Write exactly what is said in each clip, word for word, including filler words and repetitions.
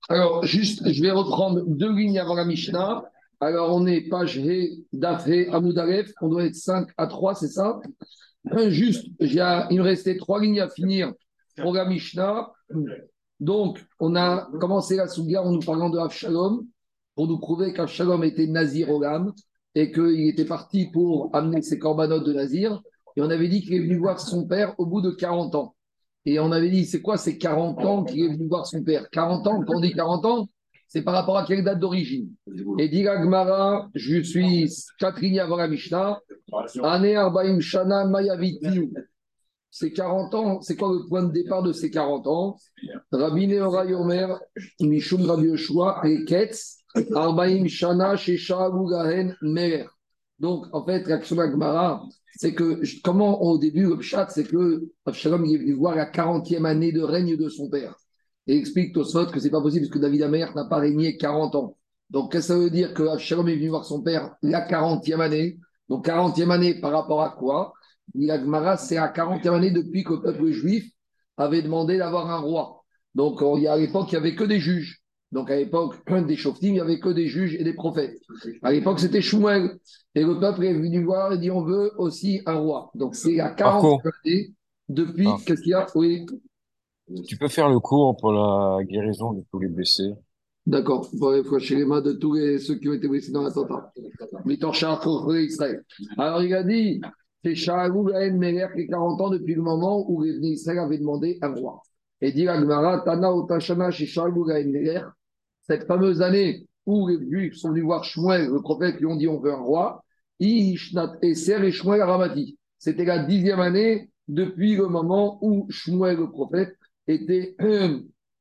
Alors, juste, je vais reprendre deux lignes avant la Mishnah. Alors, on est page He, Daf He, Amoud Aleph. On doit être cinq à trois, c'est ça? Un, Juste, j'ai un- il me restait trois lignes à finir pour la Mishnah. Donc, on a commencé la Souga en nous parlant de Avshalom pour nous prouver qu'Avshalom était Nazir au Gam et qu'il était parti pour amener ses corbanotes de Nazir. Et on avait dit qu'il est venu voir son père au bout de quarante ans. Et on avait dit, c'est quoi ces quarante ans qu'il est venu voir son père? Quarante ans, quand on dit quarante ans, c'est par rapport à quelle date d'origine? Et dit Gmara, je suis quatre lignes avant la Mishnah, Ane Arbaim Shana Mayaviti. C'est quarante ans, c'est quoi le point de départ de ces quarante ans? Rabbi Neora Yomer, Mishum Rabbi Yoshua, et Ketz, Arbaim Shana, Shesha, Gahen, Merer. Donc, en fait, l'action d'Agmara, c'est que, comment au début, le Pshat, c'est que Avshalom est venu voir la quarantième année de règne de son père. Et il explique Tosfot que c'est pas possible parce que David Amer n'a pas régné quarante ans. Donc, qu'est-ce que ça veut dire que Avshalom est venu voir son père la quarantième année? Donc, quarantième année par rapport à quoi? L'Agmara, c'est la quarantième année depuis que le peuple juif avait demandé d'avoir un roi. Donc, on- il y a- à l'époque, il n'y avait que des juges. Donc, à l'époque, des Shoftim, il n'y avait que des juges et des prophètes. À l'époque, c'était Shmuel. Et le peuple est venu voir et dit on veut aussi un roi. Donc, c'est la Marco, quarantième année depuis. ah, Qu'est-ce qu'il y a? Oui, tu peux faire le cours pour la guérison de tous les blessés. d'accord. Bon, il faut chez les mains de tous les, ceux qui ont été blessés dans l'attentat. Mitorchar pour Israël. Alors, il a dit c'est Shaharou Gaën Meler qui a quarante ans depuis le moment où les Israël avaient demandé un roi. Et dit Agmara, Tana Otashana chez Shaharou Gaën Meler, cette fameuse année où les Juifs sont venus voir Shmuel, le prophète, qui ont dit on veut un roi, Ishnat Eser et Shmuel Ramati. C'était la dixième année depuis le moment où Shmuel, le prophète, était, euh,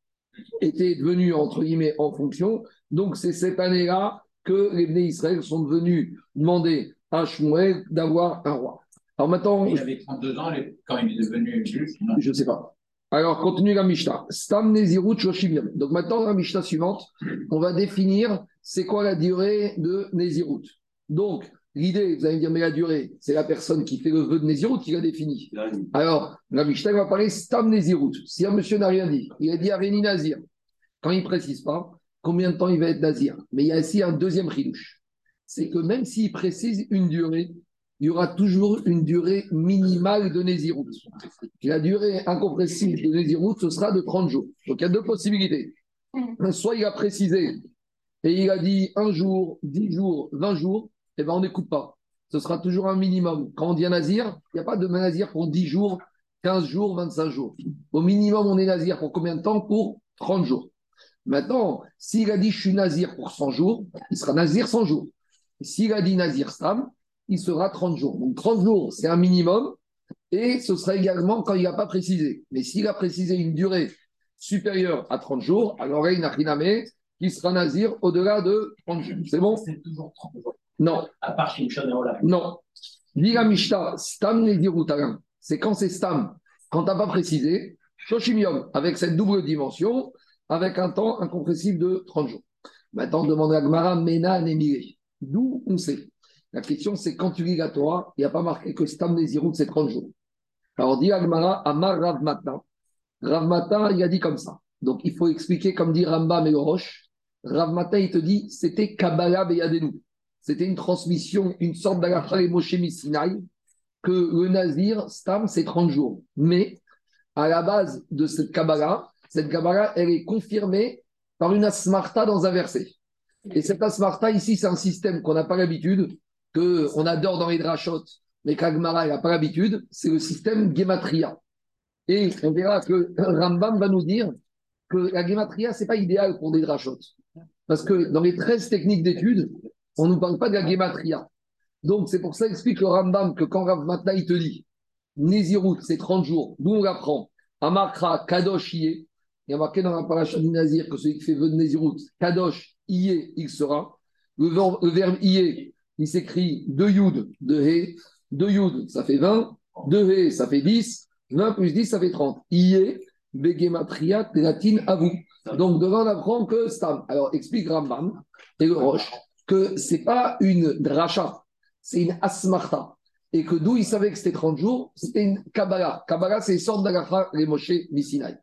était devenu, entre guillemets, en fonction. Donc, c'est cette année-là que les Bnei Israël sont devenus demander à Shmuel d'avoir un roi. Alors maintenant, Il avait trente-deux ans quand il est devenu juif. Non. je ne sais pas. Alors, continue la Mishnah. Stam Nezirut Shoshim Yom. Donc, maintenant, dans la Mishnah suivante, on va définir c'est quoi la durée de Nezirut. Donc, l'idée, vous allez me dire, mais la durée, c'est la personne qui fait le vœu de Nezirut qui l'a défini. Alors, la Mishnah va parler Stam Nezirut. Si un monsieur n'a rien dit, il a dit Aréni Nazir. Quand il ne précise pas combien de temps il va être Nazir. Mais il y a aussi un deuxième chidouche. C'est que même s'il précise une durée, il y aura toujours une durée minimale de Nézirut. La durée incompressible de Nézirut, ce sera de trente jours. Donc il y a deux possibilités. Soit il a précisé et il a dit un jour, dix jours, vingt jours, eh bien on n'écoute pas. Ce sera toujours un minimum. Quand on dit un Nazir, il n'y a pas de Nazir pour dix jours, quinze jours, vingt-cinq jours. Au minimum, on est Nazir pour combien de temps? Pour trente jours. Maintenant, s'il a dit je suis Nazir pour cent jours, il sera Nazir cent jours. S'il a dit Nazir Stam, il sera trente jours. Donc trente jours, c'est un minimum. Et ce sera également quand il n'a pas précisé. Mais s'il a précisé une durée supérieure à trente jours, alors là, il n'a rien à mettre, qui sera Nazir au-delà de trente jours. C'est bon? C'est toujours trente jours. Non. À part chez Michel Neola. Non. Lira Mishta, Stam Nezirutarim. C'est quand c'est Stam, quand tu n'as pas précisé, Shoshimium, avec cette double dimension, avec un temps incompressible de trente jours. Maintenant, on demande à Gmara, Mena, Nemire. D'où on sait. La question, c'est quand tu lis la Torah, il n'y a pas marqué que Stam Nezirut, c'est trente jours. Alors, dit Agmara, Amar Rav Matan. Rav Matan, il a dit comme ça. Donc, il faut expliquer, comme dit Rambam et le Roche. Rav Matan, il te dit, c'était Kabbalah Beyadenu. C'était une transmission, une sorte d'Alacha et Moshe Missinaï, que le Nazir, Stam, c'est trente jours. Mais, à la base de cette Kabbalah, cette Kabbalah, elle est confirmée par une asmarta dans un verset. Et cette asmarta, ici, c'est un système qu'on n'a pas l'habitude, qu'on adore dans les drachot, mais qu'Agmara n'a pas l'habitude, c'est le système Gematria. Et on verra que Rambam va nous dire que la Gematria, ce n'est pas idéal pour des drachot. Parce que dans les treize techniques d'études, on ne nous parle pas de la Gematria. Donc, c'est pour ça, explique le Rambam que quand Rav Matna, il te dit Nézirut, c'est trente jours, d'où on l'apprend Amakra, Kadosh, Ié. Il y a marqué dans la paracha du Nazir que celui qui fait vœu de Nézirut, Kadosh, Ié, il sera. Le verbe, le verbe Ié, il s'écrit de Yud, de He. De Yud, ça fait vingt. De He, ça fait dix. vingt plus dix, ça fait trente. Ié, Begematria, Latine, à vous. Donc, devant, on apprend que Stam. Alors, explique Rambam et le Roche que ce n'est pas une dracha, c'est une asmarta. Et que d'où il savait que c'était trente jours, c'était une Kabbalah. Kabbalah, c'est une sorte d'agacha, les Moshe Missinaï.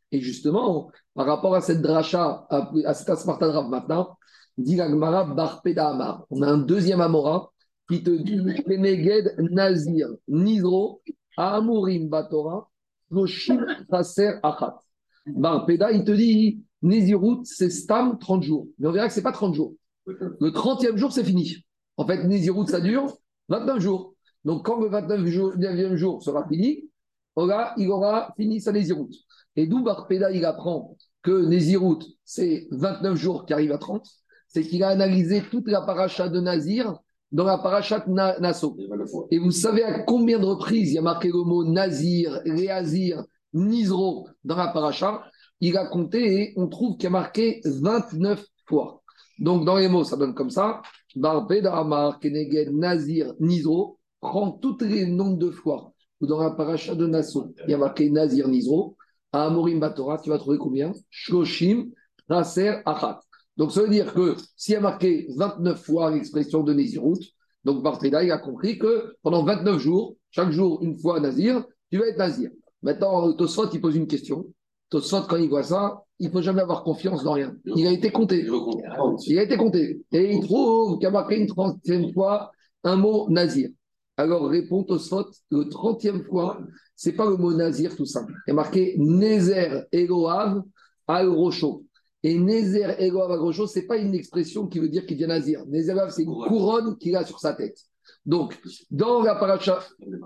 Et justement, par rapport à cette dracha, à, à cet asmarta de Rav maintenant, dit l'Agmara Bar Peda Amar. On a un deuxième Amora qui te dit Keneged Nazir Nizro Amurim Batora Loshim Traser Achat. Bar Peda, il te dit Nézirut, c'est Stam trente jours. Mais on verra que ce n'est pas trente jours. Le trentième jour, c'est fini. En fait, Nézirut, ça dure vingt-neuf jours. Donc, quand le vingt-neuvième jour sera fini, Ola, il aura fini sa Nézirut. Et d'où Barpeda, il apprend que Nézirut, c'est vingt-neuf jours qui arrivent à trente. C'est qu'il a analysé toute la paracha de Nazir dans la paracha de Na- Nassau. Et vous savez à combien de reprises il y a marqué le mot Nazir, Réazir, Nizro dans la paracha. Il a compté et on trouve qu'il y a marqué vingt-neuf fois. Donc, dans les mots, ça donne comme ça. Barpeda, Amar, Keneged, Nazir, Nizro prend tous les nombres de fois où dans la paracha de Nassau, il y a marqué Nazir, Nizro. À Amorim Batora, tu vas trouver combien Shloshim, Traser, Achat. Donc, ça veut dire que s'il y a marqué vingt-neuf fois l'expression de Nézirut, donc Barpeda, il a compris que pendant vingt-neuf jours, chaque jour, une fois Nazir, tu vas être Nazir. Maintenant, Tosfot, il pose une question. Tosfot, quand il voit ça, il ne faut jamais avoir confiance dans rien. Il a été compté. Il a été compté. Et il trouve qu'il y a marqué une trentième fois un mot Nazir. Alors, répond Tosfot, le trentième fois, ce n'est pas le mot Nazir tout simple. Il y a marqué Nézer Eloav al Rocho. Et Nézer Eloav al Rocho, ce n'est pas une expression qui veut dire qu'il devient Nazir. Nézer Eloav, c'est une couronne qu'il a sur sa tête. Donc, dans la paracha.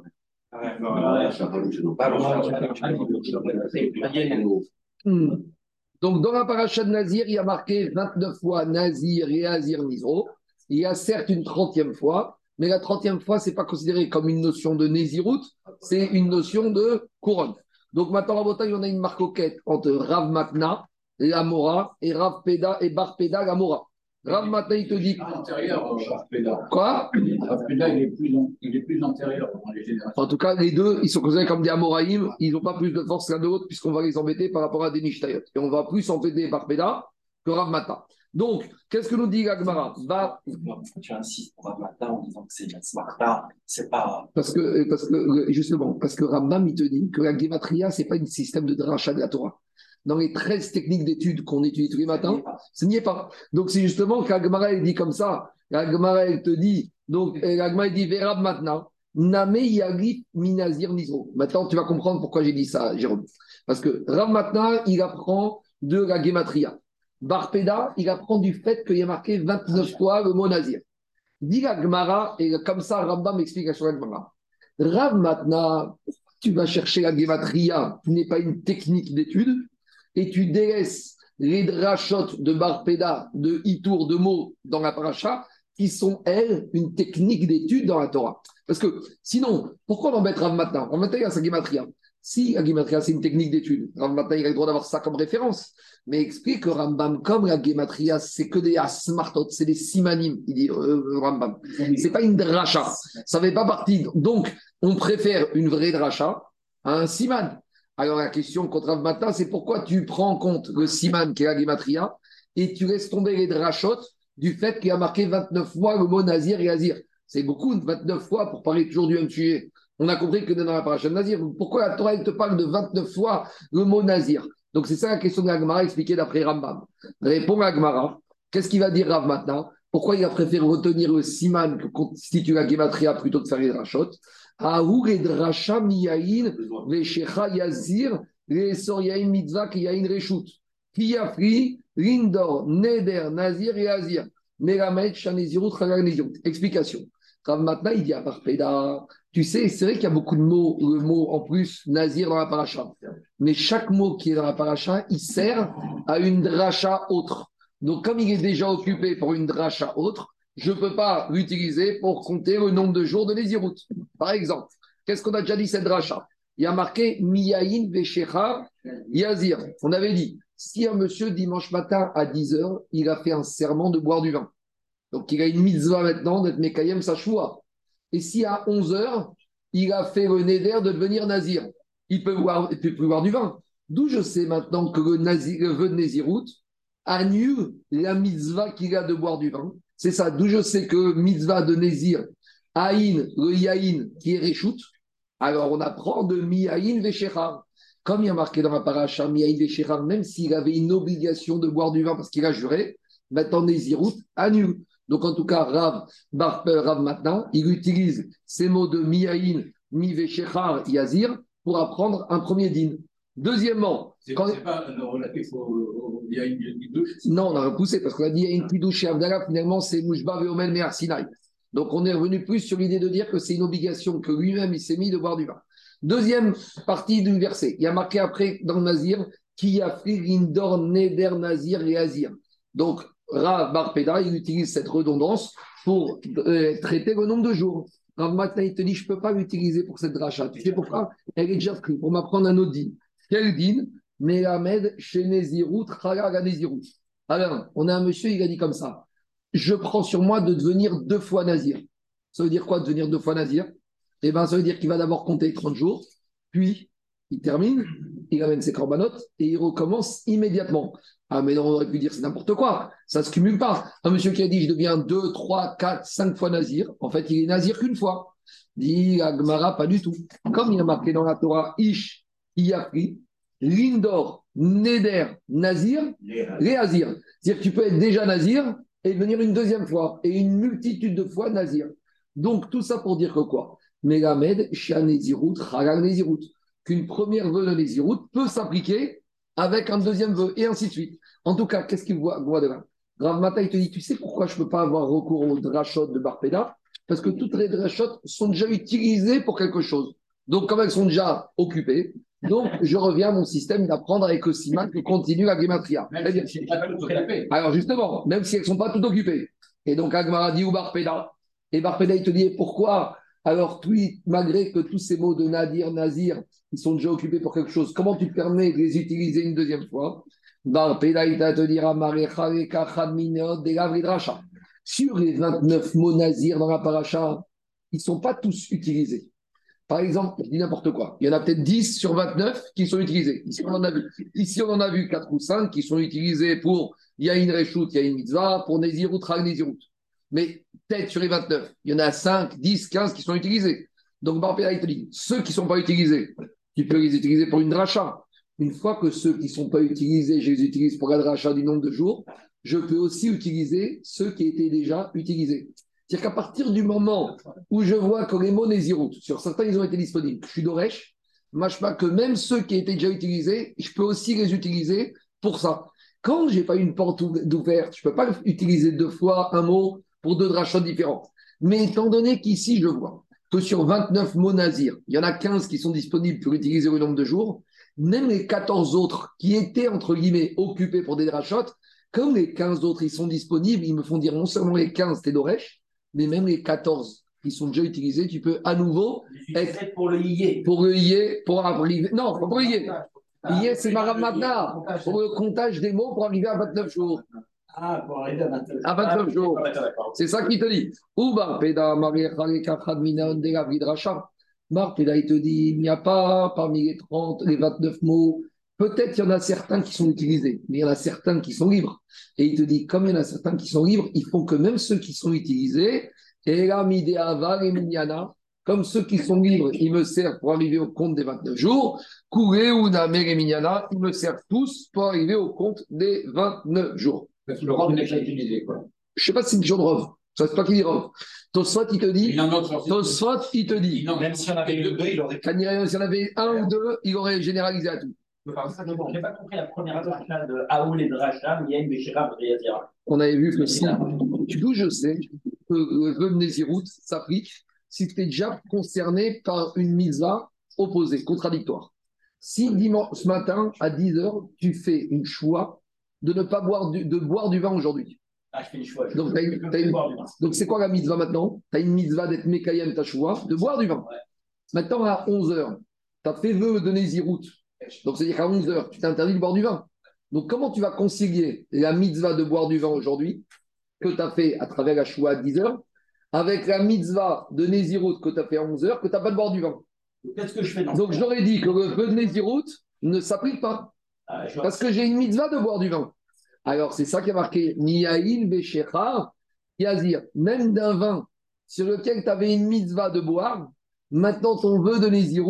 Hmm. Donc, dans la paracha de Nazir, il y a marqué vingt-neuf fois Nazir et Azir Nizro. Il y a certes une trentième fois, mais la trentième fois, ce n'est pas considéré comme une notion de Nézirut, c'est une notion de couronne. Donc, maintenant, en bataille, on a une marcoquette entre Rav Matna, l'Amora, et Rav Peda et Bar Peda, l'Amora. Rav Matna, il te dit. Antérieur, Rav Peda. Quoi Rav Peda, il est plus, long- il est plus antérieur dans les générations. En tout cas, les deux, ils sont considérés comme des Amoraïm. Ils n'ont pas plus de force l'un de l'autre, puisqu'on va les embêter par rapport à des Nishtayot. Et on va plus embêter Bar Peda que Rav Matna. Donc, qu'est-ce que nous dit l'Agmara bah, Tu insistes pour Ramata en disant que c'est une Smarta, c'est pas. Parce que, parce que, justement, parce que Rambam, il te dit que la Gematria, ce n'est pas un système de dracha de la Torah. Dans les treize techniques d'études qu'on étudie tous les matins, ce n'y est pas. Donc, c'est justement qu'Agmara, il dit comme ça. L'Agmara, elle te dit, donc, l'Agmara, il dit, Verab maintenant, Name Yagif Minazir Nizro. Maintenant, tu vas comprendre pourquoi j'ai dit ça, Jérôme. Parce que Rav Matna, il apprend de la Gematria. Barpeda, il apprend du fait qu'il y a marqué vingt-neuf fois le mot Nazir. Dit la Gemara, et comme ça, Rambam explique sur la Gemara. Rav Matna, tu vas chercher la Gematria, qui n'est pas une technique d'étude, et tu délaisses les drachot de Barpeda, de Itour, de mots dans la paracha, qui sont, elles, une technique d'étude dans la Torah. Parce que sinon, pourquoi on embête Rav Matna Rav Matna, il a sa Gematria. Si la Gematria, c'est une technique d'étude, Rav Matna, il a le droit d'avoir ça comme référence. Mais explique que Rambam, comme la Gematria, c'est que des asmartot, c'est des simanim, il dit euh, Rambam. C'est pas une dracha. Ça fait pas partie. Donc, on préfère une vraie dracha à un siman. Alors, la question contre Rav Matna, c'est pourquoi tu prends en compte le siman qui est la Gematria et tu laisses tomber les drachot du fait qu'il y a marqué vingt-neuf fois le mot Nazir et Azir. C'est beaucoup, vingt-neuf fois pour parler toujours du même sujet. On a compris que dans la paracha de Nazir, pourquoi la Torah elle te parle de vingt-neuf fois le mot Nazir? Donc c'est ça la question de l'Agmara expliquée d'après Rambam. Répond l'Agmara. Qu'est-ce qu'il va dire Rav maintenant? Pourquoi il a préféré retenir le siman que constitue la Gematria plutôt que de faire les drachot? Aour et dracha miyaïn veshecha yazir resor yaïn mitzvah ki yaïn reshut kiyafri lindor neder nazir et azir melamed shanezirut chagal nezirut. Explication. Rav maintenant il dit à Barpeda, tu sais, c'est vrai qu'il y a beaucoup de mots, le mot en plus nazir dans la paracha. Mais chaque mot qui est dans la paracha, il sert à une dracha autre. Donc, comme il est déjà occupé pour une dracha autre, je ne peux pas l'utiliser pour compter le nombre de jours de Nézirut. Par exemple, qu'est-ce qu'on a déjà dit cette dracha? Il y a marqué Miyaïn Veshecha Yazir. On avait dit, si un monsieur, dimanche matin à dix heures, il a fait un serment de boire du vin. Donc, il a une mitzvah maintenant d'être Mekayem sa choua. Et si à onze heures, il a fait le néder de devenir nazir, il peut boire, il peut plus boire du vin. D'où je sais maintenant que le, nazir, le vœu de Nézirut annule la mitzvah qu'il a de boire du vin. C'est ça. D'où je sais que mitzvah de Nézir, Aïn, le Yaïn, qui est Réchout, alors on apprend de Mi Aïn Véchechar. comme il y a marqué dans la paracha, Miaïd et Shechar, même s'il avait une obligation de boire du vin parce qu'il a juré, maintenant Nézirut annule. Donc en tout cas, Rav, Bar, euh, Rav maintenant, il utilise ces mots de Miaïn, Mive Shechar, Yazir pour apprendre un premier din. Deuxièmement, C'est quand... c'est pas le relatif au, au, il y a une, une douche. non, on a repoussé parce qu'on a dit il y a une kidouche chez Abdallah, finalement c'est Mouchba Veomel Me'ar Sinaï. Donc on est revenu plus sur l'idée de dire que c'est une obligation que lui-même il s'est mis de boire du vin. Deuxième partie du verset, il y a marqué après dans le Nazir qui a fait l'indor neder Nazir et Azir. Donc Rav Bar Peda, il utilise cette redondance pour euh, traiter le nombre de jours. Rav Matna, il te dit je ne peux pas l'utiliser pour cette dracha. Tu sais pourquoi? Elle est déjà prise pour m'apprendre un autre din. Quel din? Melamed chez Nézirut, Chalaga Nézirut. Alors, on a un monsieur, il a dit comme ça je prends sur moi de devenir deux fois nazir. Ça veut dire quoi, devenir deux fois nazir? Eh bien, ça veut dire qu'il va d'abord compter trente jours, puis il termine, il amène ses corbanotes et il recommence immédiatement. Ah, mais non, on aurait pu dire c'est n'importe quoi, ça ne se cumule pas. Un monsieur qui a dit je deviens deux, trois, quatre, cinq fois nazir, en fait, il est nazir qu'une fois. Dit Agmara, pas du tout. Comme il y a marqué dans la Torah, Ish, Iyafri, Lindor, Neder, Nazir, Réazir. C'est-à-dire que tu peux être déjà nazir et venir une deuxième fois, et une multitude de fois nazir. Donc, tout ça pour dire que quoi? Melamed, Shia Nezirut, Chagal Nezirut. Qu'une première vœu de Nezirut peut s'appliquer avec un deuxième vœu, et ainsi de suite. En tout cas, qu'est-ce qu'il voit, voit de là? Rav Mata, il te dit, tu sais pourquoi je ne peux pas avoir recours aux drachot de Barpeda? Parce que toutes les drachot sont déjà utilisées pour quelque chose. Donc, comme elles sont déjà occupées, donc je reviens à mon système d'apprendre avec le siman que continue la gématria. Même si c'est pas tout la paix. Alors justement, même si elles ne sont pas toutes occupées. Et donc Agmara dit ou Barpeda. Et Barpeda, il te dit pourquoi alors, oui, malgré que tous ces mots de Nadir, Nazir, ils sont déjà occupés pour quelque chose, comment tu te permets de les utiliser une deuxième fois? Barpeda, il va te dire sur les vingt-neuf mots Nazir dans la paracha, ils ne sont pas tous utilisés. Par exemple, je dis n'importe quoi. Il y en a peut-être dix sur vingt-neuf qui sont utilisés. Ici, on en a vu, Ici, on en a vu quatre ou cinq qui sont utilisés pour Yahin Reshut, Yahin Mitzvah, pour Nezirut, Rag Nezirut. Mais peut-être sur les vingt-neuf, il y en a cinq, dix, quinze qui sont utilisés. Donc, Barpéda, il te dit, ceux qui ne sont pas utilisés, tu peux les utiliser pour une dracha. Une fois que ceux qui ne sont pas utilisés, je les utilise pour la dracha du nombre de jours, je peux aussi utiliser ceux qui étaient déjà utilisés. C'est-à-dire qu'à partir du moment où je vois que les mots Nézirut, sur certains, ils ont été disponibles, je suis d'Oresh, machma que même ceux qui étaient déjà utilisés, je peux aussi les utiliser pour ça. Quand je n'ai pas une porte ouverte, je ne peux pas utiliser deux fois un mot pour deux drachot différentes. Mais étant donné qu'ici, je vois que sur vingt-neuf mots nazir, il y en a quinze qui sont disponibles pour utiliser le nombre de jours, même les quatorze autres qui étaient, entre guillemets, occupés pour des drachot, comme les quinze autres, ils sont disponibles, ils me font dire non seulement les quinze, t'es d'Oresh, mais même les quatorze qui sont déjà utilisés, tu peux à nouveau être pour le I E. Pour le I E, pour arriver. Non, pas pour le I E. I E, c'est Marav Matna. Pour le comptage des mots pour arriver à vingt-neuf jours. Ah, pour arriver à vingt-neuf, à vingt-neuf jours. C'est ça qu'il te dit. Ou Barpeda, Marie Kachad Mina, de la Vidracha. Barpeda, il te dit il n'y a pas parmi les trente, les vingt-neuf mots. Peut-être il y en a certains qui sont utilisés, mais il y en a certains qui sont libres. Et il te dit, comme il y en a certains qui sont libres, il faut que même ceux qui sont utilisés, et là, Midéava et Minyana, comme ceux qui sont libres, ils me servent pour arriver au compte des vingt-neuf jours. Kouré ou Namer et Minyana, ils me servent tous pour arriver au compte des vingt-neuf jours. Le rôle n'est pas utilisé, quoi. Je ne sais pas si c'est une question de Rov. Ça, c'est pas qui dit Rov. Tosfot, il te dit. Tosfot, il te dit. Même si on avait eu deux, il aurait. Quand il y en avait un ou deux, il aurait généralisé à tout. Je n'ai pas compris la première dracha de Aoul et Dracha, Mien, Béchira, Briazira. On avait vu que si, d'où je sais que le vœu de Nézirut s'applique si tu es déjà concerné par une mitzvah opposée, contradictoire. Si dimanche, ce matin, à dix heures, tu fais une choix de ne pas boire du, de boire du vin aujourd'hui. Ah, je fais une choix. Donc, t'as une, t'as une, donc c'est quoi la mitzvah maintenant? Tu as une mitzvah d'être Mekayem ta choix, de boire du vin. Ouais. Maintenant, à onze heures, tu as fait vœu de Nézirut. Donc, c'est-à-dire qu'à onze heures, tu t'interdis de boire du vin. Donc, comment tu vas concilier la mitzvah de boire du vin aujourd'hui, que tu as fait à travers la choua à dix heures, avec la mitzvah de Nézirut que tu as fait à onze heures, que tu n'as pas de boire du vin? Qu'est-ce que je fais dans Donc, j'aurais dit que le vœu de Nézirut ne s'applique pas. Ah, parce que j'ai une mitzvah de boire du vin. Alors, c'est ça qui a marqué Niyaïn Beshechar Yazir. Même d'un vin sur lequel tu avais une mitzvah de boire, maintenant ton vœu de Nézirut,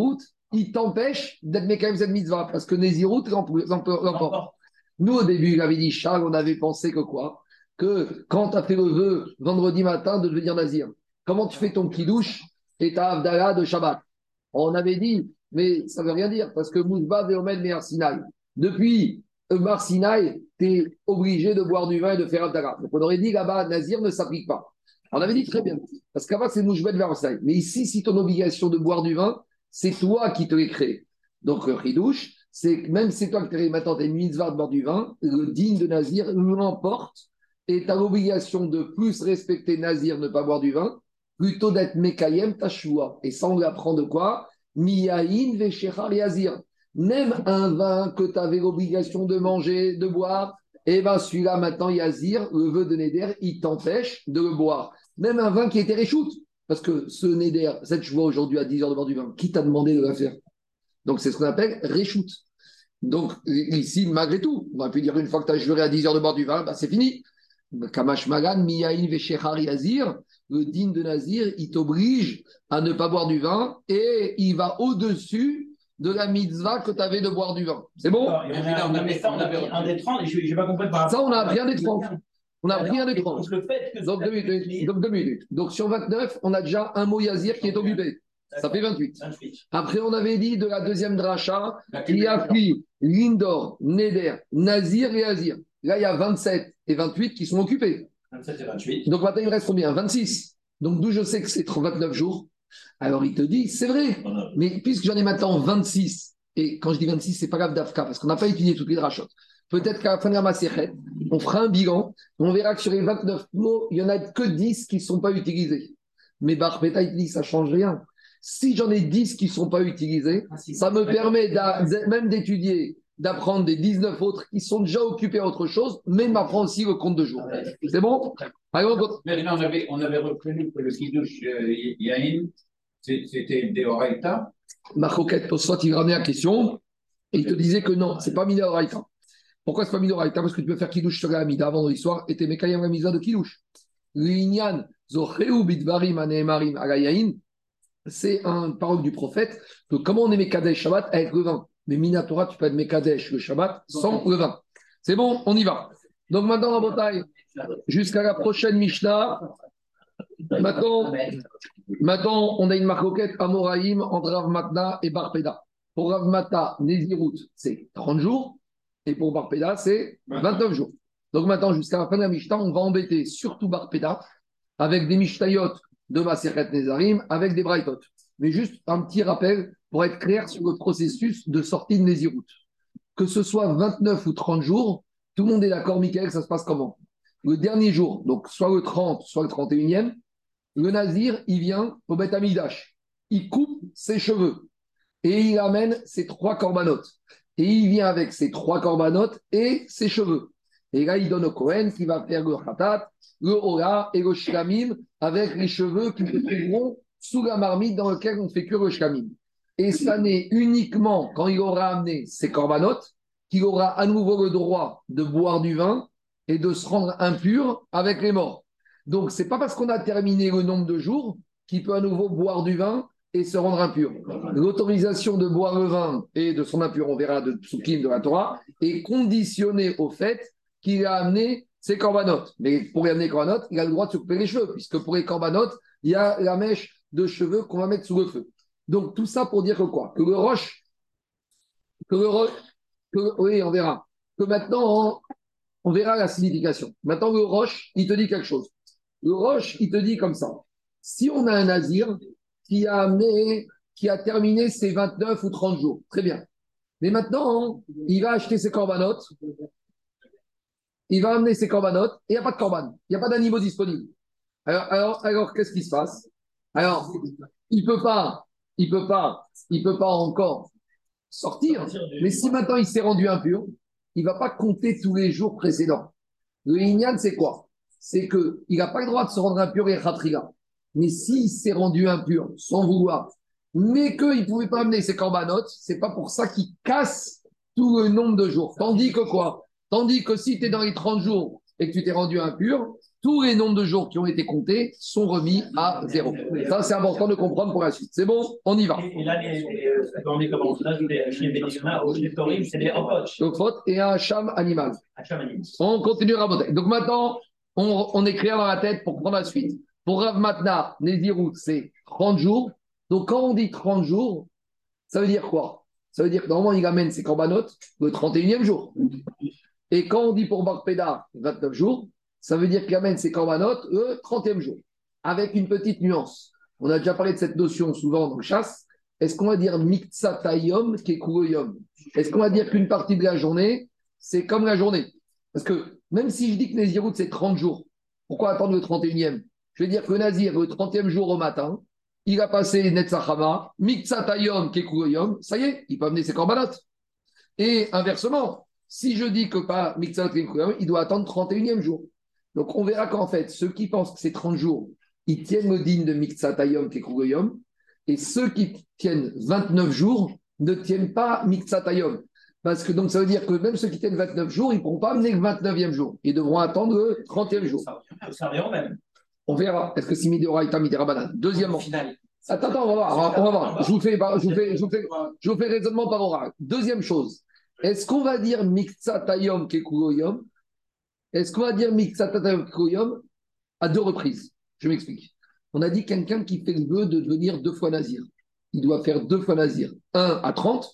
il t'empêche d'être Mekayem cette mitzvah, parce que Nézirut l'emporte. Nous, au début, il avait dit, Charles, on avait pensé que quoi? Que quand tu as fait le vœu vendredi matin de devenir Nazir, comment tu fais ton kidouche et ta Havdalah de Shabbat? On avait dit, mais ça ne veut rien dire, parce que Mouzba, Veomed, Meir Sinai. Depuis Mar Sinai, tu es obligé de boire du vin et de faire Havdalah. Donc on aurait dit là-bas, Nazir ne s'applique pas. On avait dit très bien, parce qu'avant, c'est Mouzbet vers Sinai. Mais ici, si ton obligation de boire du vin, c'est toi qui te l'es créé. Donc le Ridouche, c'est que même si c'est toi qui te l'es maintenant, tu as une mitzvah de boire du vin, le digne de Nazir l'emporte et tu as l'obligation de plus respecter Nazir, ne pas boire du vin, plutôt d'être Mekayem Tashua. Et ça, on l'apprend de quoi? Miyaïn Veshechar Yazir. Même un vin que tu avais l'obligation de manger, de boire, et bien celui-là, maintenant, Yazir, le vœu de Neder, il t'empêche de le boire. Même un vin qui était réchoute. Parce que ce Neder, cette choix aujourd'hui à dix heures de boire du vin, qui t'a demandé de la faire? Donc c'est ce qu'on appelle réchoute. Donc ici, malgré tout, on va pu dire une fois que tu as juré à dix heures de boire du vin, bah, c'est fini. Kamash Magan, Miyaïn Veshechar Yazir, le digne de Nazir, il t'oblige à ne pas boire du vin et il va au-dessus de la mitzvah que tu avais de boire du vin. C'est bon? Alors, et on a, on a, mais ça, on a pris un des trente, et je n'ai pas compris par Ça, on a appris un des trente. On a appris un des trente. Donc, le fait que Donc, deux minutes. Donc, deux minutes. Donc, sur vingt-neuf, on a déjà un mot Yazir qui est occupé. Ça fait vingt-huit. vingt-huit. Après, on avait dit de la deuxième dracha, qui a pris Lindor, Neder, Nazir et Azir. Là, il y a vingt-sept et vingt-huit qui sont occupés. vingt-sept et vingt-huit. Donc maintenant, il me reste combien? vingt-six. Donc d'où je sais que c'est vingt-neuf jours. Alors il te dit, c'est vrai. Mais puisque j'en ai maintenant vingt-six, et quand je dis vingt-six, c'est pas grave d'Afka, parce qu'on n'a pas étudié toutes les drachotes. Peut-être qu'à la fin de la Maséchet, on fera un bilan, on verra que sur les vingt-neuf mots, il n'y en a que dix qui ne sont pas utilisés. Mais Bar Peta, il dit, ça ne change rien. Si j'en ai dix qui ne sont pas utilisés, ça me permet même d'étudier, d'apprendre des dix-neuf autres qui sont déjà occupés à autre chose, mais il m'apprend aussi le compte de jour. C'est bon? Alors, Mais là, on avait, on avait reconnu que le Kiddush euh, Yahin, c'était des Horaïta. Marcoquette, soit il ramenait la question, et il te disait que non, c'est pas Midoraïta. Pourquoi c'est pas Midoraïta? Parce que tu peux faire Kiddush sur la Amida vendredi soir, et t'es Mekayem la Misa de Kiddush. L'Inyan, Zocheu Bidvarim Anehemarim Agayahin, c'est une parole du prophète, que comment on est Mekadesh Shabbat avec le vin. Mais Minatora, tu peux être Mekadesh le Shabbat sans le vin. C'est bon, on y va. Donc maintenant, à Botaï, jusqu'à la prochaine Mishnah. Maintenant, maintenant, on a une marcoquette Amoraïm entre Rav Matna et Bar Peda. Pour Rav Matna, Nézirut, c'est trente jours. Et pour Bar Peda, c'est vingt-neuf jours. Donc maintenant, jusqu'à la fin de la Mishnah, on va embêter surtout Bar Peda avec des Mishnayot de Maseret Nezarim, avec des Braithot. Mais juste un petit rappel pour être clair sur le processus de sortie de Nézirut. Que ce soit vingt-neuf ou trente jours, tout le monde est d'accord, Michael, ça se passe comment? Le dernier jour, donc soit le trente, soit le trente et unième, le Nazir, il vient au Beth Amidash. Il coupe ses cheveux et il amène ses trois corbanotes. Et il vient avec ses trois corbanotes et ses cheveux. Et là, il donne au Kohen qui va faire le Khatat, le Hora et le Shlamim avec les cheveux qui se trouveront sous la marmite dans laquelle on fait cuire le Shlamim. Et ça n'est uniquement quand il aura amené ses corbanotes qu'il aura à nouveau le droit de boire du vin et de se rendre impur avec les morts. Donc, ce n'est pas parce qu'on a terminé le nombre de jours qu'il peut à nouveau boire du vin et se rendre impur. L'autorisation de boire le vin et de se rendre impur, on verra de Psukim de la Torah, est conditionnée au fait qu'il a amené ses corbanotes. Mais pour y amener les corbanotes, il a le droit de se couper les cheveux, puisque pour les corbanotes, il y a la mèche de cheveux qu'on va mettre sous le feu. Donc, tout ça pour dire que quoi? Que le roche, que le roche, que, oui, on verra. Que maintenant, on, on verra la signification. Maintenant, le roche, il te dit quelque chose. Le roche, il te dit comme ça. Si on a un nazir qui a amené, qui a terminé ses vingt-neuf ou trente jours, très bien. Mais maintenant, il va acheter ses corbanotes, il va amener ses corbanotes, et il n'y a pas de corban, il n'y a pas d'animaux disponibles. Alors, alors, alors qu'est-ce qui se passe? Alors, il peut pas, il peut pas, il peut pas encore sortir. Mais si maintenant il s'est rendu impur, il ne va pas compter tous les jours précédents. Le Inyan, c'est quoi? C'est qu'il n'a pas le droit de se rendre impur et Khatriga. Mais s'il s'est rendu impur sans vouloir, mais qu'il ne pouvait pas amener ses corbanotes, ce n'est pas pour ça qu'il casse tout le nombre de jours. Tandis que quoi? Tandis que si tu es dans les trente jours et que tu t'es rendu impur, tous les nombres de jours qui ont été comptés sont remis à zéro. Ça, c'est important de comprendre pour la suite. C'est bon, on y va. Et, et là, les, les, quand on est comme ça, chez les Bénédictins, au Shiftorim, c'est des Hopot. Donc, faute et un Hacham animal. Hacham animal. On continue à voter. Donc maintenant, on, on est clair dans la tête pour prendre la suite. Pour Rav Matna, Nézirut, c'est trente jours. Donc quand on dit trente jours, ça veut dire quoi? Ça veut dire que normalement, il amène ses corbanotes le trente et unième jour. Et quand on dit pour Barpeda, vingt-neuf jours, ça veut dire qu'il amène ses corbanotes le trentième jour. Avec une petite nuance. On a déjà parlé de cette notion souvent dans le chasse. Est-ce qu'on va dire Miktsatayom Kekuroyom? Est-ce qu'on va dire qu'une partie de la journée, c'est comme la journée? Parce que même si je dis que Nézirut, c'est trente jours, pourquoi attendre le trente et unième? Je veux dire que Nazir, le trentième jour au matin, il a passé Netzachama, Miktsatayom Kekuroyom, ça y est, il peut amener ses corbanotes. Et inversement, si je dis que pas Miktsatayom Kekuroyom, il doit attendre trente et unième jour. Donc on verra qu'en fait, ceux qui pensent que c'est trente jours, ils tiennent le digne de Miktsatayom Kekuroyom, et ceux qui tiennent vingt-neuf jours ne tiennent pas Miktsatayom. Parce que donc ça veut dire que même ceux qui tiennent vingt-neuf jours, ils ne pourront pas amener le vingt-neuvième jour. Ils devront attendre le trentième jour. Ça revient au même. On verra. Est-ce que c'est Midéoraïta, Midérabanan? Deuxièmement. Attends, attends, on va voir. On va voir. Je vous fais, je vous fais, je vous fais, je vous fais raisonnement par oral. Deuxième chose. Est-ce qu'on va dire Miktsatayom Kekuroyom? Est-ce qu'on va dire Miktsatayom Kekuroyom à deux reprises? Je m'explique. On a dit quelqu'un qui fait le vœu de devenir deux fois nazir. Il doit faire deux fois nazir. Un à trente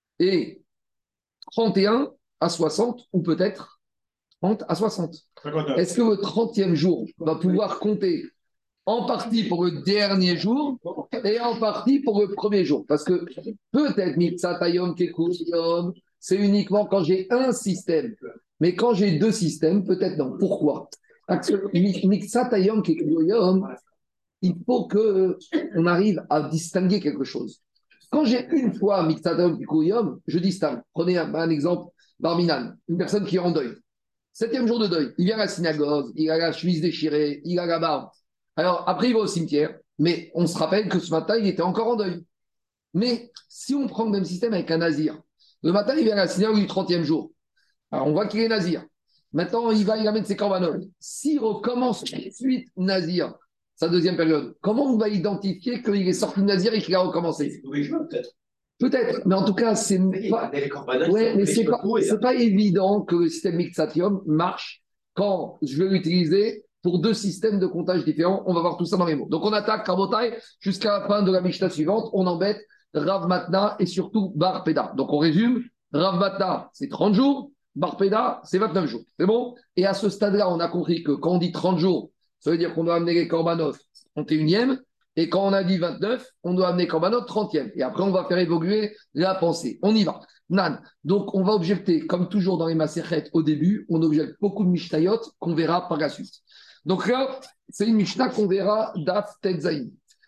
et trente et un à soixante, ou peut-être trente à soixante. Est-ce que le trentième jour va pouvoir compter en partie pour le dernier jour et en partie pour le premier jour? Parce que peut-être Mitzatayom Kekuryom, c'est uniquement quand j'ai un système. Mais quand j'ai deux systèmes, peut-être non. Pourquoi? Parce que Mitzatayom Kekuryom, il faut qu'on arrive à distinguer quelque chose. Quand j'ai une fois Mitzatayom Kekuryom, je distingue. Prenez un, un exemple, Barminan, une personne qui est en deuil. Septième jour de deuil, il vient à la synagogue, il a la chemise déchirée, il a la barbe. Alors, après, il va au cimetière, mais on se rappelle que ce matin, il était encore en deuil. Mais si on prend le même système avec un nazir, le matin, il vient à la synagogue du trentième jour. Alors, on voit qu'il est nazir. Maintenant, il va, il amène ses corbanotes. S'il recommence tout de suite nazir, sa deuxième période, comment on va identifier qu'il est sorti de nazir et qu'il a recommencé? Oui, je veux peut-être. Peut-être, mais en tout cas, c'est pas, ouais, mais c'est pas, c'est pas évident que le système Mixatium marche quand je vais l'utiliser pour deux systèmes de comptage différents. On va voir tout ça dans les mots. Donc, on attaque Rabotai jusqu'à la fin de la Mishnah suivante. On embête Rav Matna et surtout Bar Peda. Donc, on résume. Rav Matna, c'est trente jours. Bar Peda, c'est vingt-neuf jours. C'est bon? Et à ce stade-là, on a compris que quand on dit trente jours, ça veut dire qu'on doit amener les Korbanot trente et unième. Et quand on a dit vingt-neuf, on doit amener Korbanot trentième. Et après, on va faire évoluer la pensée. On y va. Nan. Donc, on va objecter, comme toujours dans les Maserhet au début, on objecte beaucoup de Mishnayot qu'on verra par la suite. Donc là, c'est une Mishnah qu'on verra d'Af Tetzaïn.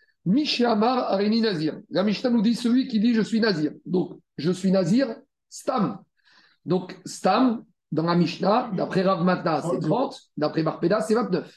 Mishamar Areni Nazir. La Mishnah nous dit celui qui dit je suis Nazir. Donc, je suis Nazir, Stam. Donc, Stam, dans la Mishnah, d'après Rav Matna, c'est trente, d'après Barpeda, c'est vingt-neuf.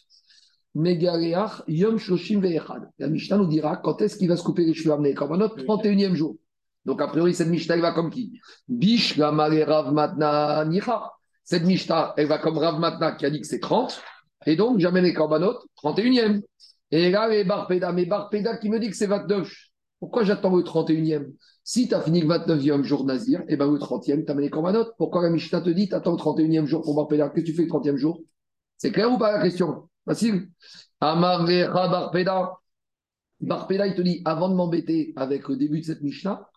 Megareach Yom Shloshim Ve'echad. La Mishnah nous dira quand est-ce qu'il va se couper les cheveux amener Korbanot, trente et unième jour. Donc, a priori, cette Mishnah, elle va comme qui? Bish Gamare Rav Matna Nicha. Cette Mishnah, elle va comme Rav Matna qui a dit que c'est trente. Et donc, j'amène les Korbanot, trente et unième. Et là, les Barpeda, mais Barpeda qui me dit que c'est vingt-neuf. Pourquoi j'attends le trente et unième? Si tu as fini le vingt-neuvième jour Nazir, et bien le trentième, tu amènes les Korbanot. Pourquoi la Mishnah te dit tu attends le trente et unième jour pour Barpeda? Qu'est-ce que tu fais le trentième jour? C'est clair ou pas la question? Facile. Amarvecha Barpeda. Barpeda, il te dit, avant de m'embêter avec le début de cette Mishnah,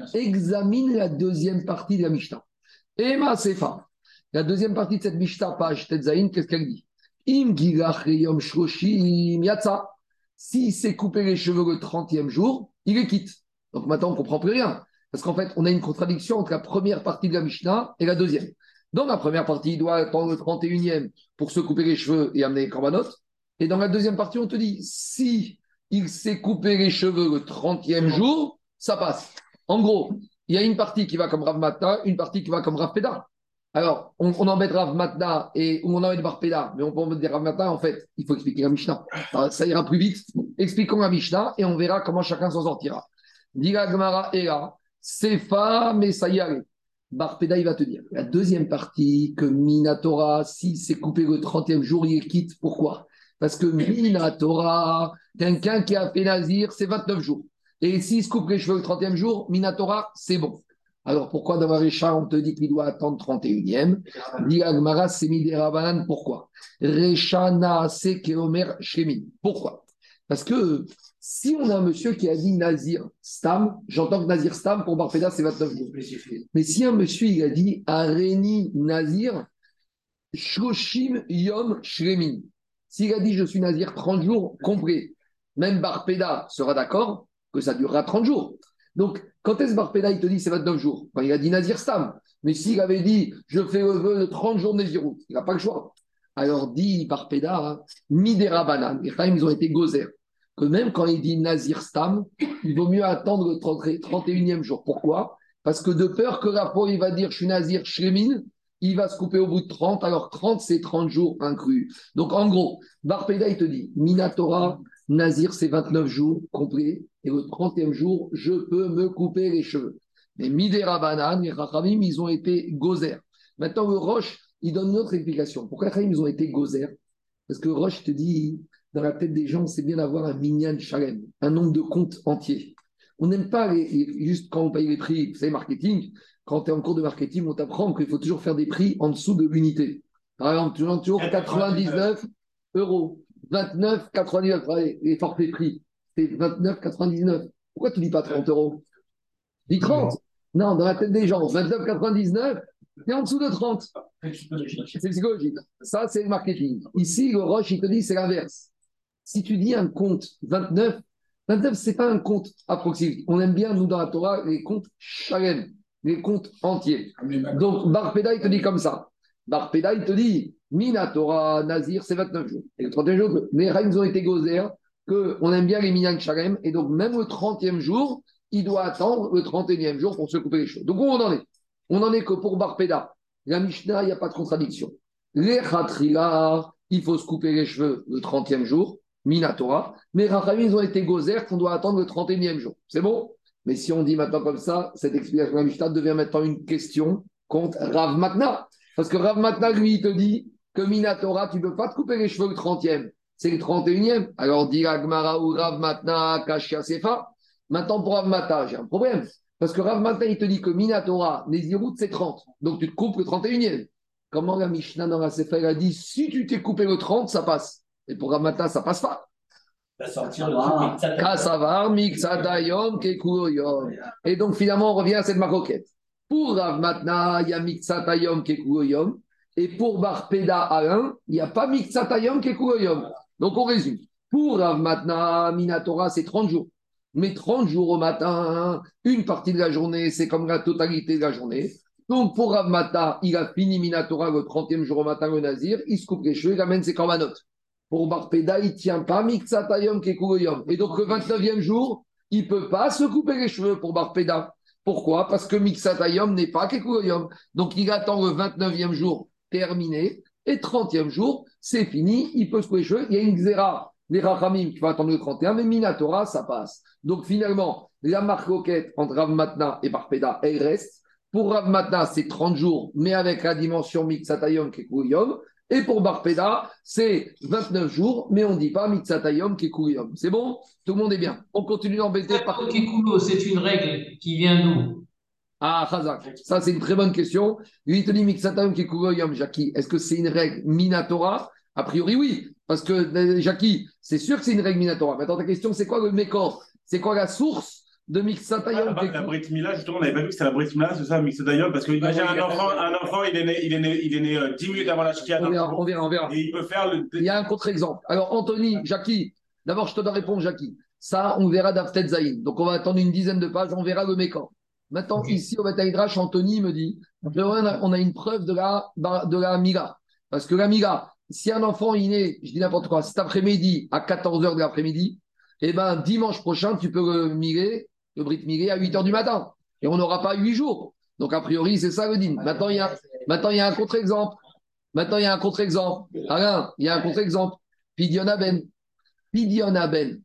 examine la deuxième partie de la Mishnah. Ema Sefa. La deuxième partie de cette Mishnah, page Tetzaïn, qu'est-ce qu'elle dit? Im Gilach Yom Shloshim Yatsa. S'il s'est coupé les cheveux le trentième jour, il les quitte. Donc maintenant, on ne comprend plus rien. Parce qu'en fait, on a une contradiction entre la première partie de la Mishnah et la deuxième. Dans la première partie, il doit attendre le trente et unième pour se couper les cheveux et amener les Korbanot. Et dans la deuxième partie, on te dit, si il s'est coupé les cheveux le trentième jour, ça passe. En gros, il y a une partie qui va comme Rav Matna, une partie qui va comme Rav Peda. Alors, on, on embête Rav Matna et ou on embête Bar Peda, mais on peut embêter dire Rav Matna, en fait, il faut expliquer la Mishnah. Alors, ça ira plus vite. Expliquons la Mishnah et on verra comment chacun s'en sortira. Diga Gemara Ela, Sefa Messayare. Barpeda, il va te dire. La deuxième partie, que Minatora, si c'est coupé le trentième jour, il est quitte. Pourquoi? Parce que Minatora, quelqu'un qui a fait Nazir, c'est vingt-neuf jours. Et s'il se coupe les cheveux le trentième jour, Minatora, c'est bon. Alors pourquoi dans Recha, on te dit qu'il doit attendre trente et unième? Dit Agmara, c'est Midera Banan, pourquoi? Recha Naase Keomer Shemin. Pourquoi? Parce que si on a un monsieur qui a dit Nazir Stam, j'entends que Nazir Stam pour Barpeda, c'est vingt-neuf jours. Mais si un monsieur il a dit Areni Nazir, Shoshim Yom Shremin, s'il a dit je suis Nazir trente jours complet, même Barpeda sera d'accord que ça durera trente jours. Donc, quand est-ce Barpeda, il te dit c'est vingt-neuf jours? Quand il a dit Nazir Stam. Mais s'il avait dit je fais le vœu de trente jours de Nézirut, il n'a pas le choix. Alors, dit Barpeda, hein, Midera Banan, les Chaim, ils ont été gozer. Que même quand il dit Nazir Stam, il vaut mieux attendre le trente et unième jour. Pourquoi? Parce que de peur que la peau, il va dire je suis Nazir Shremin, il va se couper au bout de trente, alors trente, c'est trente jours inclus. Donc, en gros, Barpeda, il te dit Minatora, Nazir, c'est vingt-neuf jours complets, et le trentième jour, je peux me couper les cheveux. Mais Midera Banan, les Rachamim, ils ont été gozer. Maintenant, le Roche, il donne une autre explication. Pourquoi les Rachamim, ils ont été gozer? Parce que Roche te dit, dans la tête des gens, c'est bien d'avoir un minyan shalem, un nombre de comptes entiers. On n'aime pas, les, les, juste quand on paye les prix, vous savez, marketing, quand tu es en cours de marketing, on t'apprend qu'il faut toujours faire des prix en dessous de l'unité. Par exemple, toujours, toujours quatre-vingt-dix-neuf euros, vingt-neuf quatre-vingt-dix-neuf, les forfaits prix, c'est vingt-neuf quatre-vingt-dix-neuf. Pourquoi tu ne dis pas trente euros? Dis trente. Non, dans la tête des gens, vingt-neuf quatre-vingt-dix-neuf, c'est en dessous de trente. C'est psychologique. Ça, c'est le marketing. Ici, le Roche, il te dit, c'est l'inverse. Si tu dis un compte vingt-neuf, vingt-neuf, ce n'est pas un compte approximatif. On aime bien, nous, dans la Torah, les comptes shalem, les comptes entiers. Donc, Barpeda, il te dit comme ça. Barpeda, il te dit, Mina Torah, Nazir, c'est vingt-neuf jours. Et le trentième jour, les Raïms ont été gozer, qu'on aime bien les Minyan Shalem, et donc même le trentième jour, il doit attendre le trente et unième jour pour se couper les cheveux. Donc, où on en est? On en est que pour Barpeda. La Mishnah, il n'y a pas de contradiction. Les Khatrila, il faut se couper les cheveux le trentième jour, Minatora, mais Rachamim, ils ont été gozer qu'on doit attendre le trente et unième jour. C'est bon? Mais si on dit maintenant comme ça, cette explication de la Mishnah devient maintenant une question contre Rav Matna. Parce que Rav Matna, lui, il te dit que Minatora, tu ne peux pas te couper les cheveux le trentième, c'est le trente et unième. Alors, dit Agmara ou Rav Matna, Kashia Sefa. Maintenant, pour Rav Matna, j'ai un problème. Parce que Rav Matna, il te dit que Minatora, Nézirut, c'est trente. Donc, tu te coupes le trente et unième. Comment la Mishnah dans la Sefa, elle a dit si tu t'es coupé le trente, ça passe. Et pour Rav Matna, ça passe pas. Kasavar, Mixatayom, Kekuoyom. Et donc, finalement, on revient à cette maroquette. Pour Rav Matna, il y a Mixatayom, Kekuoyom. Et pour Barpeda Alain, il n'y a pas Mixatayom, Kekuoyom. Donc, on résume. Pour Rav Matna, Minatora, c'est trente jours. Mais trente jours au matin, une partie de la journée, c'est comme la totalité de la journée. Donc, pour Rav Matna, il a fini Minatora le trentième jour au matin, le Nazir, il se coupe les cheveux, il amène ses corbanotes. Pour Barpeda, il ne tient pas Mixatayom Kekuoyom. Et donc, le vingt-neuvième jour, il ne peut pas se couper les cheveux pour Barpeda. Pourquoi? Parce que Mixatayom n'est pas Kekuoyom. Donc, il attend le vingt-neuvième jour terminé. Et trentième jour, c'est fini, il peut se couper les cheveux. Il y a une xéra, les Rachamim, qui va attendre le trente et un, mais Minatora, ça passe. Donc, finalement, la marcoquette entre Rav Matna et Barpeda, elle reste. Pour Rav Matna, c'est trente jours, mais avec la dimension Mixatayom Kekuoyom. Et pour Barpeda, c'est vingt-neuf jours, mais on ne dit pas Mixatayom Kekuoyom. C'est bon? Tout le monde est bien. On continue d'embêter par... Kekulo, c'est une règle qui vient d'où? Ah, Khazak, ça c'est une très bonne question. Lui, il te dit Mixatayom Kekuoyom, Jackie. Est-ce que c'est une règle Minatora? A priori, oui. Parce que, Jackie, c'est sûr que c'est une règle Minatora. Maintenant, ta question, c'est quoi le Mécor? C'est quoi la source de Mixatayom? Ah, la Brit Mila, justement, on n'avait pas vu que c'était la Brit Mila, c'est ça, Mixatayom, parce que imagine un enfant, un enfant, il est né, il est né, il est né euh, dix minutes avant la Shkia. On verra, on verra, on verra. Et il peut faire le. Il y a un contre-exemple. Alors, Anthony, Jackie, d'abord, je te dois répondre, Jackie. Ça, on verra d'Aftet Zaïn. Donc, on va attendre une dizaine de pages, on verra le Mécor. Maintenant, okay. Ici, au Bataïdrach, Anthony me dit on a une preuve de la, de la Mila. Parce que la Mila, si un enfant il est né, je dis n'importe quoi, cet après-midi à quatorze heures de l'après-midi, eh ben, dimanche prochain, tu peux le miler, le Brit miler à huit heures du matin. Et on n'aura pas huit jours. Donc, a priori, c'est ça le din. Maintenant, il y a, maintenant, il y a un contre-exemple. Maintenant, il y a un contre-exemple. Alain, il y a un contre-exemple. Pidionaben. Pidionaben.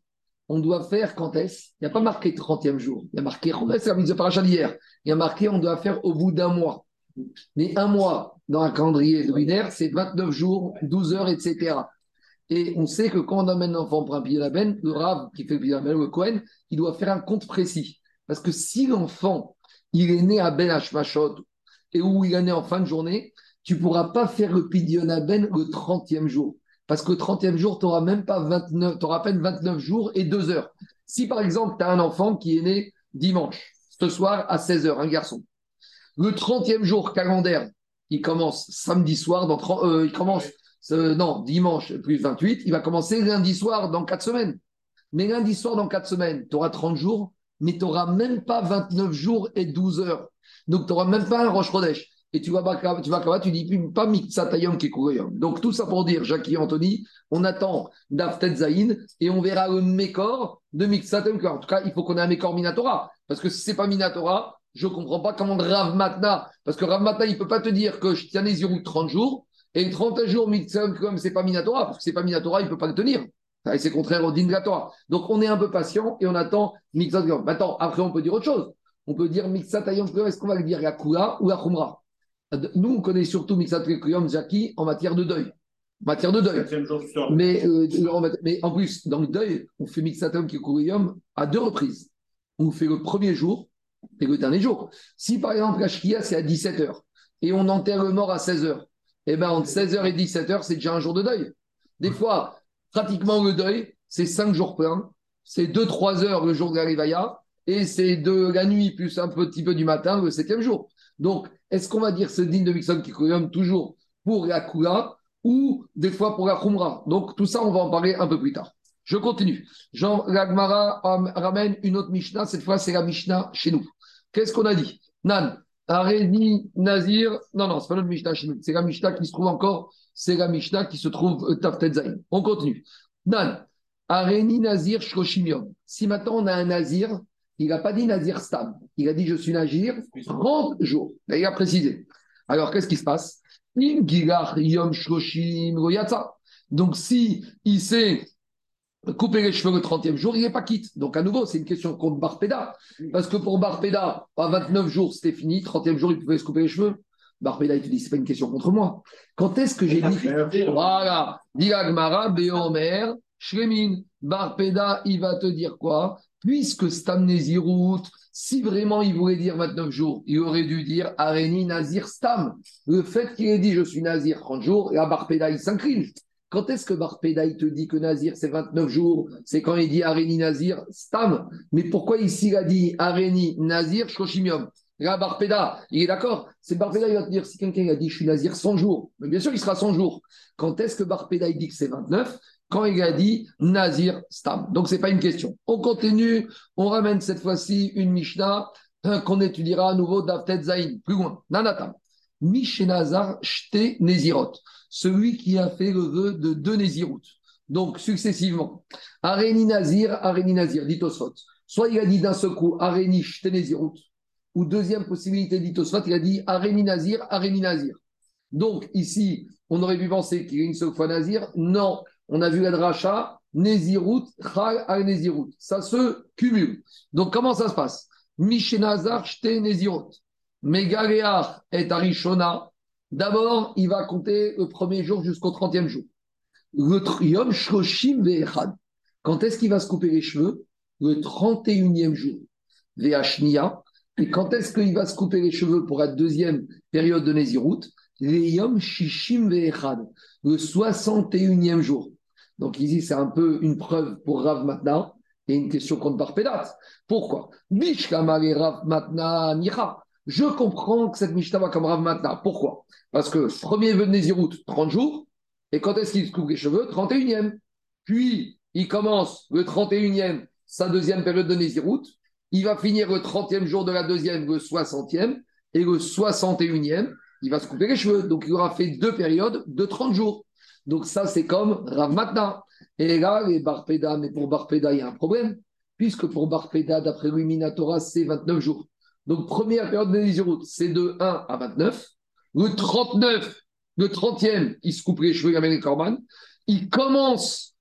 on doit faire quand est-ce? Il n'y a pas marqué trentième jour. Il y a marqué, c'est la mise de paracha d'hier. Il y a marqué, on doit faire au bout d'un mois. Mais un mois, dans un calendrier lunaire, c'est vingt-neuf jours, douze heures, et cetera. Et on sait que quand on amène l'enfant pour un pilier ben, le Rav qui fait le pilier ben, le Cohen, il doit faire un compte précis. Parce que si l'enfant, il est né à Ben Hashmashot, et où il est né en fin de journée, tu ne pourras pas faire le pilier ben le trentième jour. Parce que le trentième jour, tu n'auras même pas vingt-neuf, tu auras à peine vingt-neuf jours et deux heures. Si par exemple, tu as un enfant qui est né dimanche, ce soir à seize heures, un garçon, le trentième jour calendaire, il commence samedi soir, dans trente, euh, il commence, euh, non, dimanche plus vingt-huit, il va commencer lundi soir dans quatre semaines. Mais lundi soir dans quatre semaines, tu auras trente jours, mais tu n'auras même pas vingt-neuf jours et douze heures. Donc, tu n'auras même pas un Rosh Chodesh. Et tu vas, tu vas là-bas, tu dis pas Miksatayom qui est Donc, tout ça pour dire, Jackie et Anthony, on attend d'Aftet Zayin et on verra le Mécor de Miksatayom. En tout cas, il faut qu'on ait un Mécor Minatora. Parce que si ce n'est pas Minatora, je ne comprends pas comment Rav Matna, parce que Rav Matna, il ne peut pas te dire que je tiens les Zirou trente jours, et trente jours, comme ce n'est pas Minatora, parce que ce n'est pas Minatora, il ne peut pas le tenir. Et c'est contraire au din de la Torah. Donc on est un peu patient et on attend Mixat Yom. Maintenant, après, on peut dire autre chose. On peut dire Mixat Yom, est-ce qu'on va le dire la Kula ou la Khumra? Nous, on connaît surtout Mixat Yom, Jackie, en matière de deuil. En matière de deuil. Mais, euh, mais en plus, dans le deuil, on fait Mixat Yom à deux reprises. On fait le premier jour et le dernier jour. Si par exemple la Shkia c'est à dix-sept heures et on enterre le mort à seize heures, eh bien entre seize heures et dix-sept heures, c'est déjà un jour de deuil. Des fois, pratiquement le deuil, c'est cinq jours pleins, c'est deux trois heures le jour de la Rivaya et c'est de la nuit plus un petit peu du matin le septième jour. Donc, est-ce qu'on va dire ce digne de Mixon qui est toujours pour la Kula ou des fois pour la Khumra? Donc, tout ça, on va en parler un peu plus tard. Je continue. Jean Lagmara ramène une autre Mishnah. Cette fois, c'est la Mishnah chez nous. Qu'est-ce qu'on a dit? Nan, Areni, Nazir. Non, non, c'est pas notre Mishnah chez nous. C'est la Mishnah qui se trouve encore. C'est la Mishnah qui se trouve euh, Taftet Zayin. On continue. Nan, Areni, Nazir, Shloshim Yom. Si maintenant on a un Nazir, il n'a pas dit Nazir Stam. Il a dit je suis Nazir trente jours. Là, il a précisé. Alors, qu'est-ce qui se passe? Im Gilar Yom Shloshim Royatsa. Donc, si il s'est couper les cheveux le trentième jour, il n'est pas quitte. Donc, à nouveau, c'est une question contre Barpeda. Parce que pour Barpeda, à vingt-neuf jours, c'était fini. trentième jour, il pouvait se couper les cheveux. Barpeda, il te dit, ce n'est pas une question contre moi. Quand est-ce que j'ai dit voilà, Diagmara, Béomer, Shremin. Barpeda, il va te dire quoi? Puisque Stam Nezirut, si vraiment il voulait dire vingt-neuf jours, il aurait dû dire Areni Nazir Stam. Le fait qu'il ait dit je suis Nazir trente jours, là, Barpeda, il s'incline. Quand est-ce que Barpeda, il te dit que Nazir, c'est vingt-neuf jours? C'est quand il dit Areni Nazir, Stam. Mais pourquoi ici, il a dit Areni Nazir, Shloshimium? Là, Barpeda, il est d'accord. C'est Barpeda, il va te dire, si quelqu'un a dit je suis Nazir cent jours, mais bien sûr, il sera cent jours. Quand est-ce que Barpeda, il dit que c'est vingt-neuf? Quand il a dit Nazir, Stam. Donc, ce n'est pas une question. On continue, on ramène cette fois-ci une Mishnah hein, qu'on étudiera à nouveau d'Aftet Zayin. Plus loin, Nanatam. Mishenazar Shte Nezirot. Celui qui a fait le vœu de deux Nézirut. Donc, successivement, Areni Nazir, Areni Nazir, dit Tosfot. Soit il a dit d'un seul coup Areni Shte Nezirut, ou deuxième possibilité, dit Tosfot, il a dit Areni Nazir, Areni Nazir. Donc, ici, on aurait pu penser qu'il y a une seule fois Nazir. Non, on a vu la dracha, Nezirut, Chal al Nezirut. Ça se cumule. Donc, comment ça se passe? Mishenazar Shte Nezirut. Megaleach et Arishona. D'abord, il va compter le premier jour jusqu'au trentième jour. Le Yom Shloshim Ve'echad. Quand est-ce qu'il va se couper les cheveux? Le trente et unième jour. Ve'ashnia. Et quand est-ce qu'il va se couper les cheveux pour la deuxième période de Nézirut? Le Yom Shishim Ve'echad. Le soixante et unième jour. Donc ici, c'est un peu une preuve pour Rav Matna et une question contre Barpedat. Pourquoi? Bishkamale Rav Matna Nicha. Je comprends que cette Mishnah va comme Rav Matna. Pourquoi? Parce que premier vœu de Nézirut, trente jours. Et quand est-ce qu'il se coupe les cheveux? trente et unième. Puis, il commence le trente et unième, sa deuxième période de Nézirut. Il va finir le trentième jour de la deuxième, le soixantième. Et le soixante et unième, il va se couper les cheveux. Donc, il aura fait deux périodes de trente jours. Donc, ça, c'est comme Rav Matna. Et là, les Barpeda, mais pour Barpeda, il y a un problème. Puisque pour Barpeda, d'après lui, Minatora, c'est vingt-neuf jours. Donc, première période de Nézirut, c'est de un à vingt-neuf. Le trente-neuf, le trentième, il se coupe les cheveux, il amène les corbanes. Il commence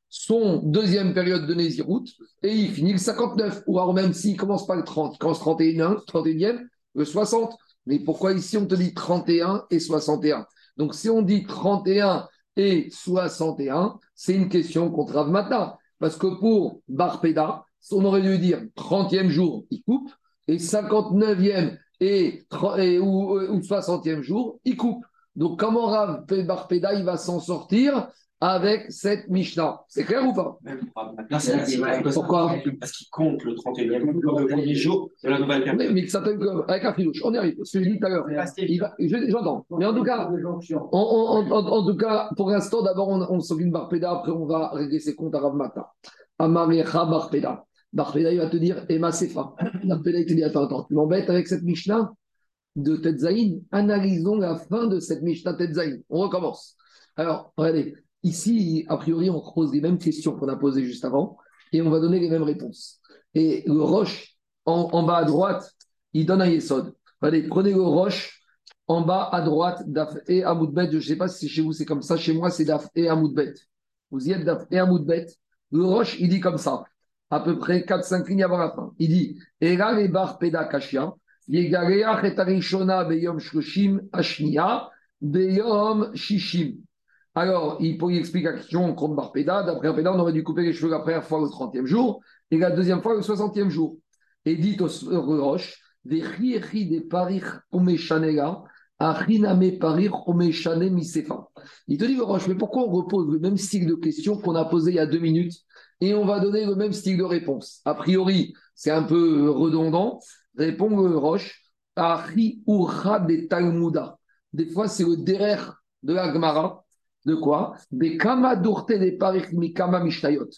son deuxième période de Nézirut et il finit le cinquante-neuf. Ou alors même s'il commence pas le trente, il commence trente et un, trente et unième, le soixante. Mais pourquoi ici on te dit trente et un et soixante et un? Donc si on dit trente et un et soixante et un, c'est une question contre Rav Matna. Parce que pour Barpeda, on aurait dû dire trentième jour, il coupe, et cinquante-neuvième et, et, ou, ou soixantième jour, il coupe. Donc comment Rav Barpeda, il va s'en sortir avec cette Mishnah? C'est clair ou pas? Là, c'est pourquoi? Parce qu'il compte le trente et unième jour, le premier jour de la nouvelle période. Mais, mais ça peut avec un filouche, on y arrive. Ce que je dis tout à l'heure. J'entends. Mais en tout cas, en, en, en, en tout cas, pour l'instant, d'abord, on, on s'occupe de Barpeda, après, on va régler ses comptes à Rav Mata. Amarecha Barpeda. Barpeda, il va te dire Ema Sefa. Barpeda, il te dit attends, attends, tu m'embêtes avec cette Mishnah de Tetzaïn. Analysons la fin de cette Mishnah Tetzaïn. On recommence. Alors, regardez. Ici, a priori, on pose les mêmes questions qu'on a posées juste avant et on va donner les mêmes réponses. Et le roche, en, en bas à droite, il donne un yesod. Allez, prenez le roche en bas à droite, Daf et Amoudbet. Je ne sais pas si chez vous c'est comme ça. Chez moi, c'est Daf et Amoudbet. Vous y êtes, Daf et Amoudbet. Le roche, il dit comme ça, à peu près quatre cinq lignes avant la fin. Il dit Era le bar peda kashia, yegareach et arishona beyom shloshim ashnia, beyom shishim. Alors, il, il explique la question contre Barpeda. D'après Barpeda, on aurait dû couper les cheveux la première fois le trentième jour et la deuxième fois le soixantième jour. Et dit au roche, il te dit le roche, mais pourquoi on repose le même style de question qu'on a posé il y a deux minutes et on va donner le même style de réponse? A priori, c'est un peu redondant. Répond le roche, des fois, c'est le derrière de la Gemara. De quoi? Des kama dourte des parik mi kama mishtayot.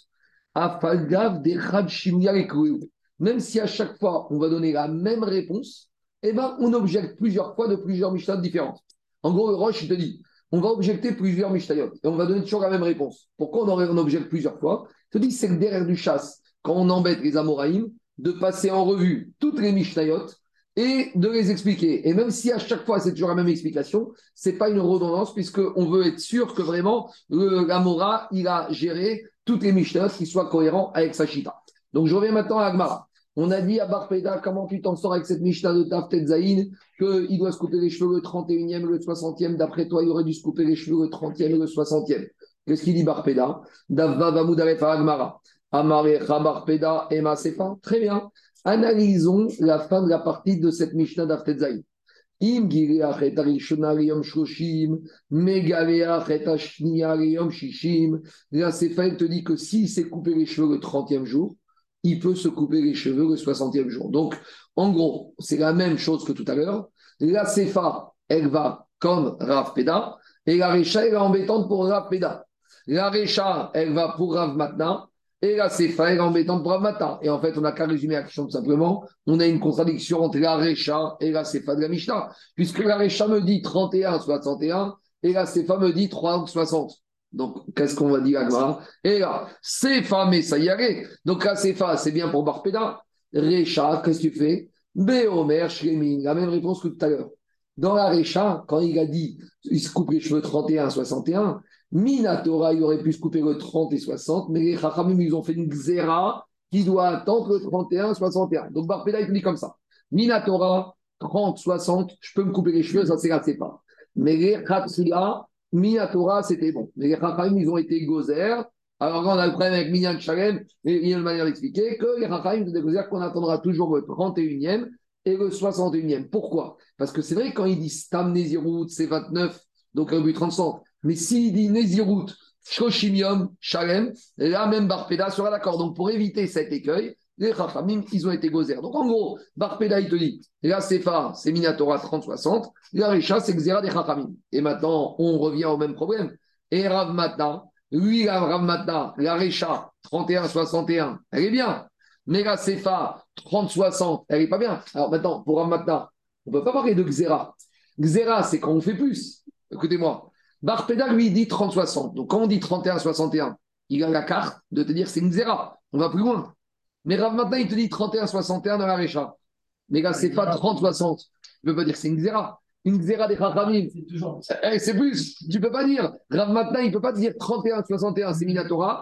Afalgav des chad shimya ekru. Même si à chaque fois on va donner la même réponse, eh ben on objecte plusieurs fois de plusieurs mishtayot différentes. En gros, le roche, il te dit, on va objecter plusieurs mishtayot et on va donner toujours la même réponse. Pourquoi on, aurait, on objecte plusieurs fois? Il te dit, c'est le derrière du chasse, quand on embête les Amoraïm, de passer en revue toutes les mishtayot et de les expliquer. Et même si à chaque fois c'est toujours la même explication, ce n'est pas une redondance, puisqu'on veut être sûr que vraiment le, la Mora, il a géré toutes les Mishnayot qui soient cohérents avec sa Shita. Donc je reviens maintenant à Agmara. On a dit à Barpeda, comment tu t'en sors avec cette Mishnah de Taf Tetzaïn, qu'il doit se couper les cheveux le trente et unième, le soixantième. D'après toi, il aurait dû se couper les cheveux le trentième et le soixantième. Qu'est-ce qu'il dit Barpeda? Davva Vamoudaref à Agmara. Amarecha Barpeda Ema Sefa. Très bien. Analysons la fin de la partie de cette Mishnah d'Aftetzaï. Im gireach et arishona leyom shloshim, megareach et ashnia leyom shishim. La Sefa te dit que s'il s'est coupé les cheveux le trentième jour, il peut se couper les cheveux le soixantième jour. Donc, en gros, c'est la même chose que tout à l'heure. La Sefa, elle va comme Rav Peda, et la Recha, elle est embêtante pour Rav Peda. La Recha, elle va pour Rav Matna. Et là, c'est elle embêtante pour Amata. Et en fait, on n'a qu'à résumer la question tout simplement. On a une contradiction entre la Recha et la Sefa de la Mishnah. Puisque la Recha me dit trente et un, soixante et un, et la Sefa me dit trois, soixante. Donc, qu'est-ce qu'on va dire à Et là, Sefa, mais ça y est. Donc, la Sefa, c'est bien pour Barpeda. Recha, qu'est-ce que tu fais? Béomer, Shremin. La même réponse que tout à l'heure. Dans la Recha, quand il a dit, il se coupe les cheveux trente et un, soixante et un, Minatora, il aurait pu se couper le trente et soixante, mais les Chachamim, ils ont fait une xéra qui doit attendre le trente et un, soixante et un. Donc Barpeda, il dit comme ça. Minatora, trente, soixante, je peux me couper les cheveux, ça c'est la pas. Mais les Khatsila, Minatora, c'était bon. Mais les Chachamim, ils ont été gozer. Alors là, on a le problème avec Minyan Shalem, et il y a une manière d'expliquer que les Chachamim ont des gozer qu'on attendra toujours le trente et unième et le soixante et unième. Pourquoi? Parce que c'est vrai, quand il dit Stam Nezirut, c'est vingt-neuf, donc un but trente. Mais s'il dit Nezirut, Shoshimium, Shalem, là même Barpeda sera d'accord. Donc pour éviter cet écueil, les Chachamim, ils ont été gozer. Donc en gros, Barpeda, il te dit, la Sefa, c'est Minatora trente soixante, la Recha, c'est Xéra des Chachamim. Et maintenant, on revient au même problème. Et Rav Matna, lui, la Rav Matna, la Recha, trente et un soixante et un, elle est bien. Mais la Sefa, trente soixante, elle n'est pas bien. Alors maintenant, pour Rav Matna, on ne peut pas parler de Xéra. Xéra, c'est quand on fait plus. Écoutez-moi. Barpeda lui dit trente soixante. Donc quand on dit trente et un soixante et un, il a la carte de te dire c'est une zéra. On va plus loin. Mais Rav Matna, il te dit trente et un soixante et un dans la Recha. Mais là, c'est pas trente soixante. Tu ne peux pas dire c'est une zéra. Une zéra des Chachamim. C'est toujours. C'est plus. Tu ne peux pas dire. Rav Matna, il ne peut pas te dire trente et un soixante et un, c'est Minatora.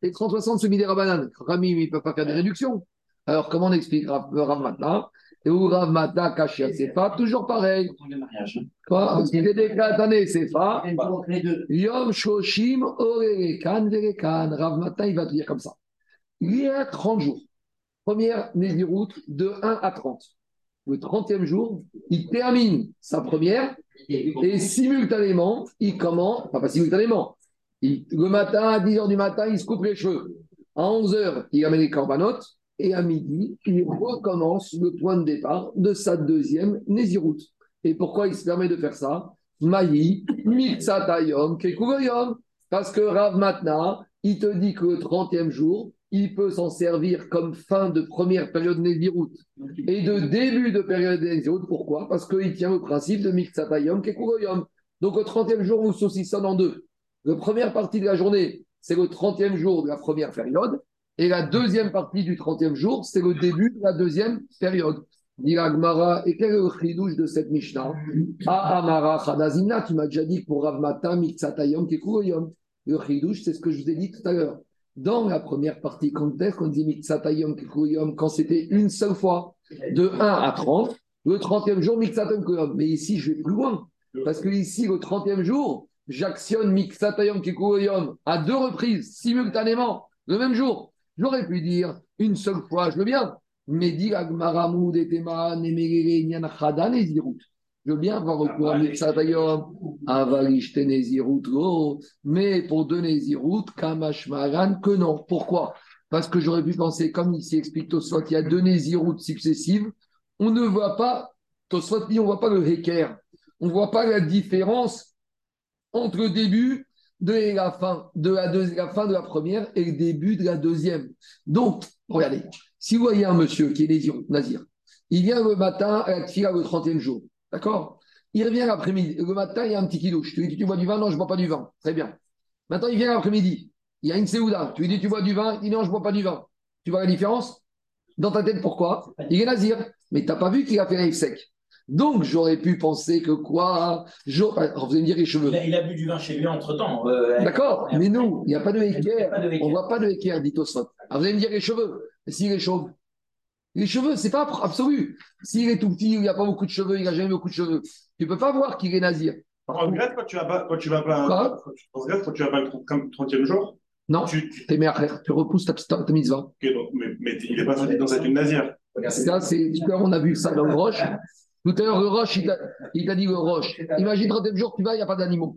Et trente soixante, c'est Midera Banane. Rami, il ne peut pas faire des réductions. Alors, comment on explique Rav, Rav Matna et où Rav Matna, Kashia, c'est pas toujours pareil. Le mariage. hein. Quoi C'est des Katane, c'est pas. Il faut les deux. Yom Shoshim Orekan Verekan. Rav Matna, il va te dire comme ça. Il y a trente jours. Première Néziroute de un à trente. Le trentième jour, il termine sa première et simultanément, il commence, enfin pas simultanément, il- le matin, à dix heures du matin, il se coupe les cheveux. À onze heures, il amène les corbanotes et à midi, il recommence le point de départ de sa deuxième Néziroute. Et pourquoi il se permet de faire ça Maï, Mitsatayom, Kekuvoyom. Parce que Rav Matna, il te dit que le trentième jour, il peut s'en servir comme fin de première période Néziroute et de début de période Néziroute. Pourquoi Parce qu'il tient le principe de Mitsatayom, Kekuvoyom. Donc le trentième jour, on saucissonne en deux. La première partie de la journée, c'est le trentième jour de la première période. Et la deuxième partie du trentième jour, c'est le début de la deuxième période. Dit la Gemara, et quel est le chidouche de cette Mishnah Ah, Amara, Chadazina, tu m'as déjà dit que pour Rav Mata, Mitsatayom, Kekuoyom. Le chidouche, c'est ce que je vous ai dit tout à l'heure. Dans la première partie, quand est-ce qu'on dit Mitsatayom, Kekuoyom, quand c'était une seule fois, de un à trente, le trentième jour, Mitsatayom, Kekuoyom. Mais ici, je vais plus loin. Parce que ici, le trentième jour, j'actionne Mitsatayom, Kekuoyom à deux reprises, simultanément, le même jour. J'aurais pu dire une seule fois, je veux bien. Mais dit Agmaramoud et Tema, Nemerere, Nyan Chada, Nezirut. Je veux bien avoir recours à Mitsatayom, Avalish, Nezirut, oh. Mais pour deux Nezirut, Kamash Maran, que non. Pourquoi Parce que j'aurais pu penser, comme ici explique Tosfot, il y a deux Nezirut successives. On ne voit pas, Tosfot dit, on ne voit pas le Heker. On ne voit pas la différence entre le début de la fin de la, deux, la fin de la première et le début de la deuxième. Donc, regardez, si vous voyez un monsieur qui est nazir, nazir il vient le matin à la tfila le trentième jour, d'accord. Il revient l'après-midi. Le matin, il y a un petit kidouche. Tu lui dis, tu bois du vin? Non, je ne bois pas du vin. Très bien. Maintenant, il vient l'après-midi. Il y a une séouda. Tu lui dis, tu bois du vin? Il dit, non, je ne bois pas du vin. Tu vois la différence? Dans ta tête, pourquoi? Il est nazir. Mais tu n'as pas vu qu'il a fait un sec. Donc, j'aurais pu penser que quoi Alors, vous allez me dire les cheveux. Il a, il a bu du vin chez lui entre-temps. Euh, D'accord, mais nous, il n'y a pas de Il y a équerre. pas de équerre. On ne voit pas de équerre, dit Tosfot. Alors, vous allez me dire les cheveux. Et s'il est chauve? Les cheveux, c'est pas absolu. S'il est tout petit, il n'y a pas beaucoup de cheveux, il n'a jamais beaucoup de cheveux. Tu ne peux pas voir qu'il est nazir. On regrette quand tu vas pas, quand tu vas pas, Quoi quand tu, on regrette quand tu vas pas le trentième jour. Non, Tu, tu, t'es frère, tu repousses ta, ta, ta mitzvah. ok, donc, mais, mais il n'est pas sorti dans cette une nazir. Ça, c'est, tout à l'heure, on a vu ça dans le roche. Tout à l'heure, le roche, il t'a, il t'a dit le roche. Imagine trentième jour, tu vas, il n'y a pas d'animaux.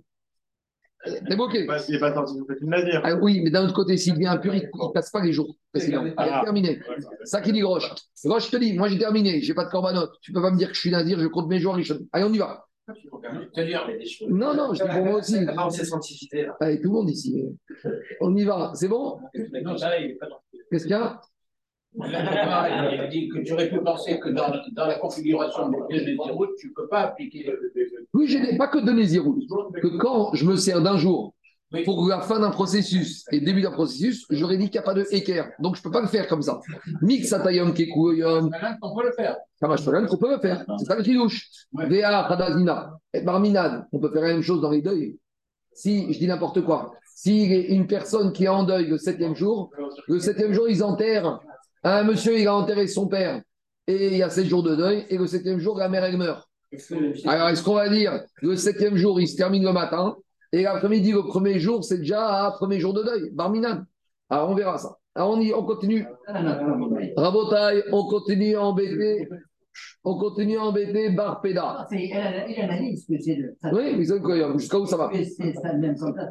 T'es bloqué. Il n'est pas, il est pas sorti dans cette une nazir. Ah oui, mais d'un autre côté, s'il devient impur, il ne passe pas les jours. précédents. Il Ah. est terminé. Ça qui dit Roche. Roche te dit, moi j'ai terminé, j'ai pas de corbanote. Tu peux pas me dire que je suis nazir, je compte mes jours riches. Allez, on y va. Non, non, je dis pour moi aussi. Allez, tout le monde ici. On y va. C'est bon? Non, ça, il est pas dans- Qu'est-ce qu'il y a? Il a dit que tu aurais pu penser que dans, dans la configuration de Néziroute, tu ne peux pas appliquer le. Oui, je n'ai pas que de Nézirut. Que quand je me sers d'un jour Oui. pour la fin d'un processus et le début d'un processus, j'aurais dit qu'il n'y a pas de équerre. Donc je ne peux pas le faire comme ça. Mix atayom kekuyom. On peut le faire. Kamashtoran, on peut le faire. C'est ça le chidouche. Véa, Hadazina, et Barminade, on peut faire la même chose dans les deuils. Si, je dis n'importe quoi, si une personne qui est en deuil le septième jour, le septième jour, ils enterrent. Un monsieur, il a enterré son père et il y a sept jours de deuil, et le septième jour, la mère, elle meurt. Alors, est-ce qu'on va dire le septième jour, il se termine le matin, et l'après-midi, le premier jour, c'est déjà un premier jour de deuil, Barminan. Alors, on verra ça. Alors, on, y, on continue. Rabotaille, on continue à embêter. On continue à embêter Barpeda. Il analyse que c'est le. Oui, mais c'est incroyable. Jusqu'à où ça va? C'est ça le même soldat.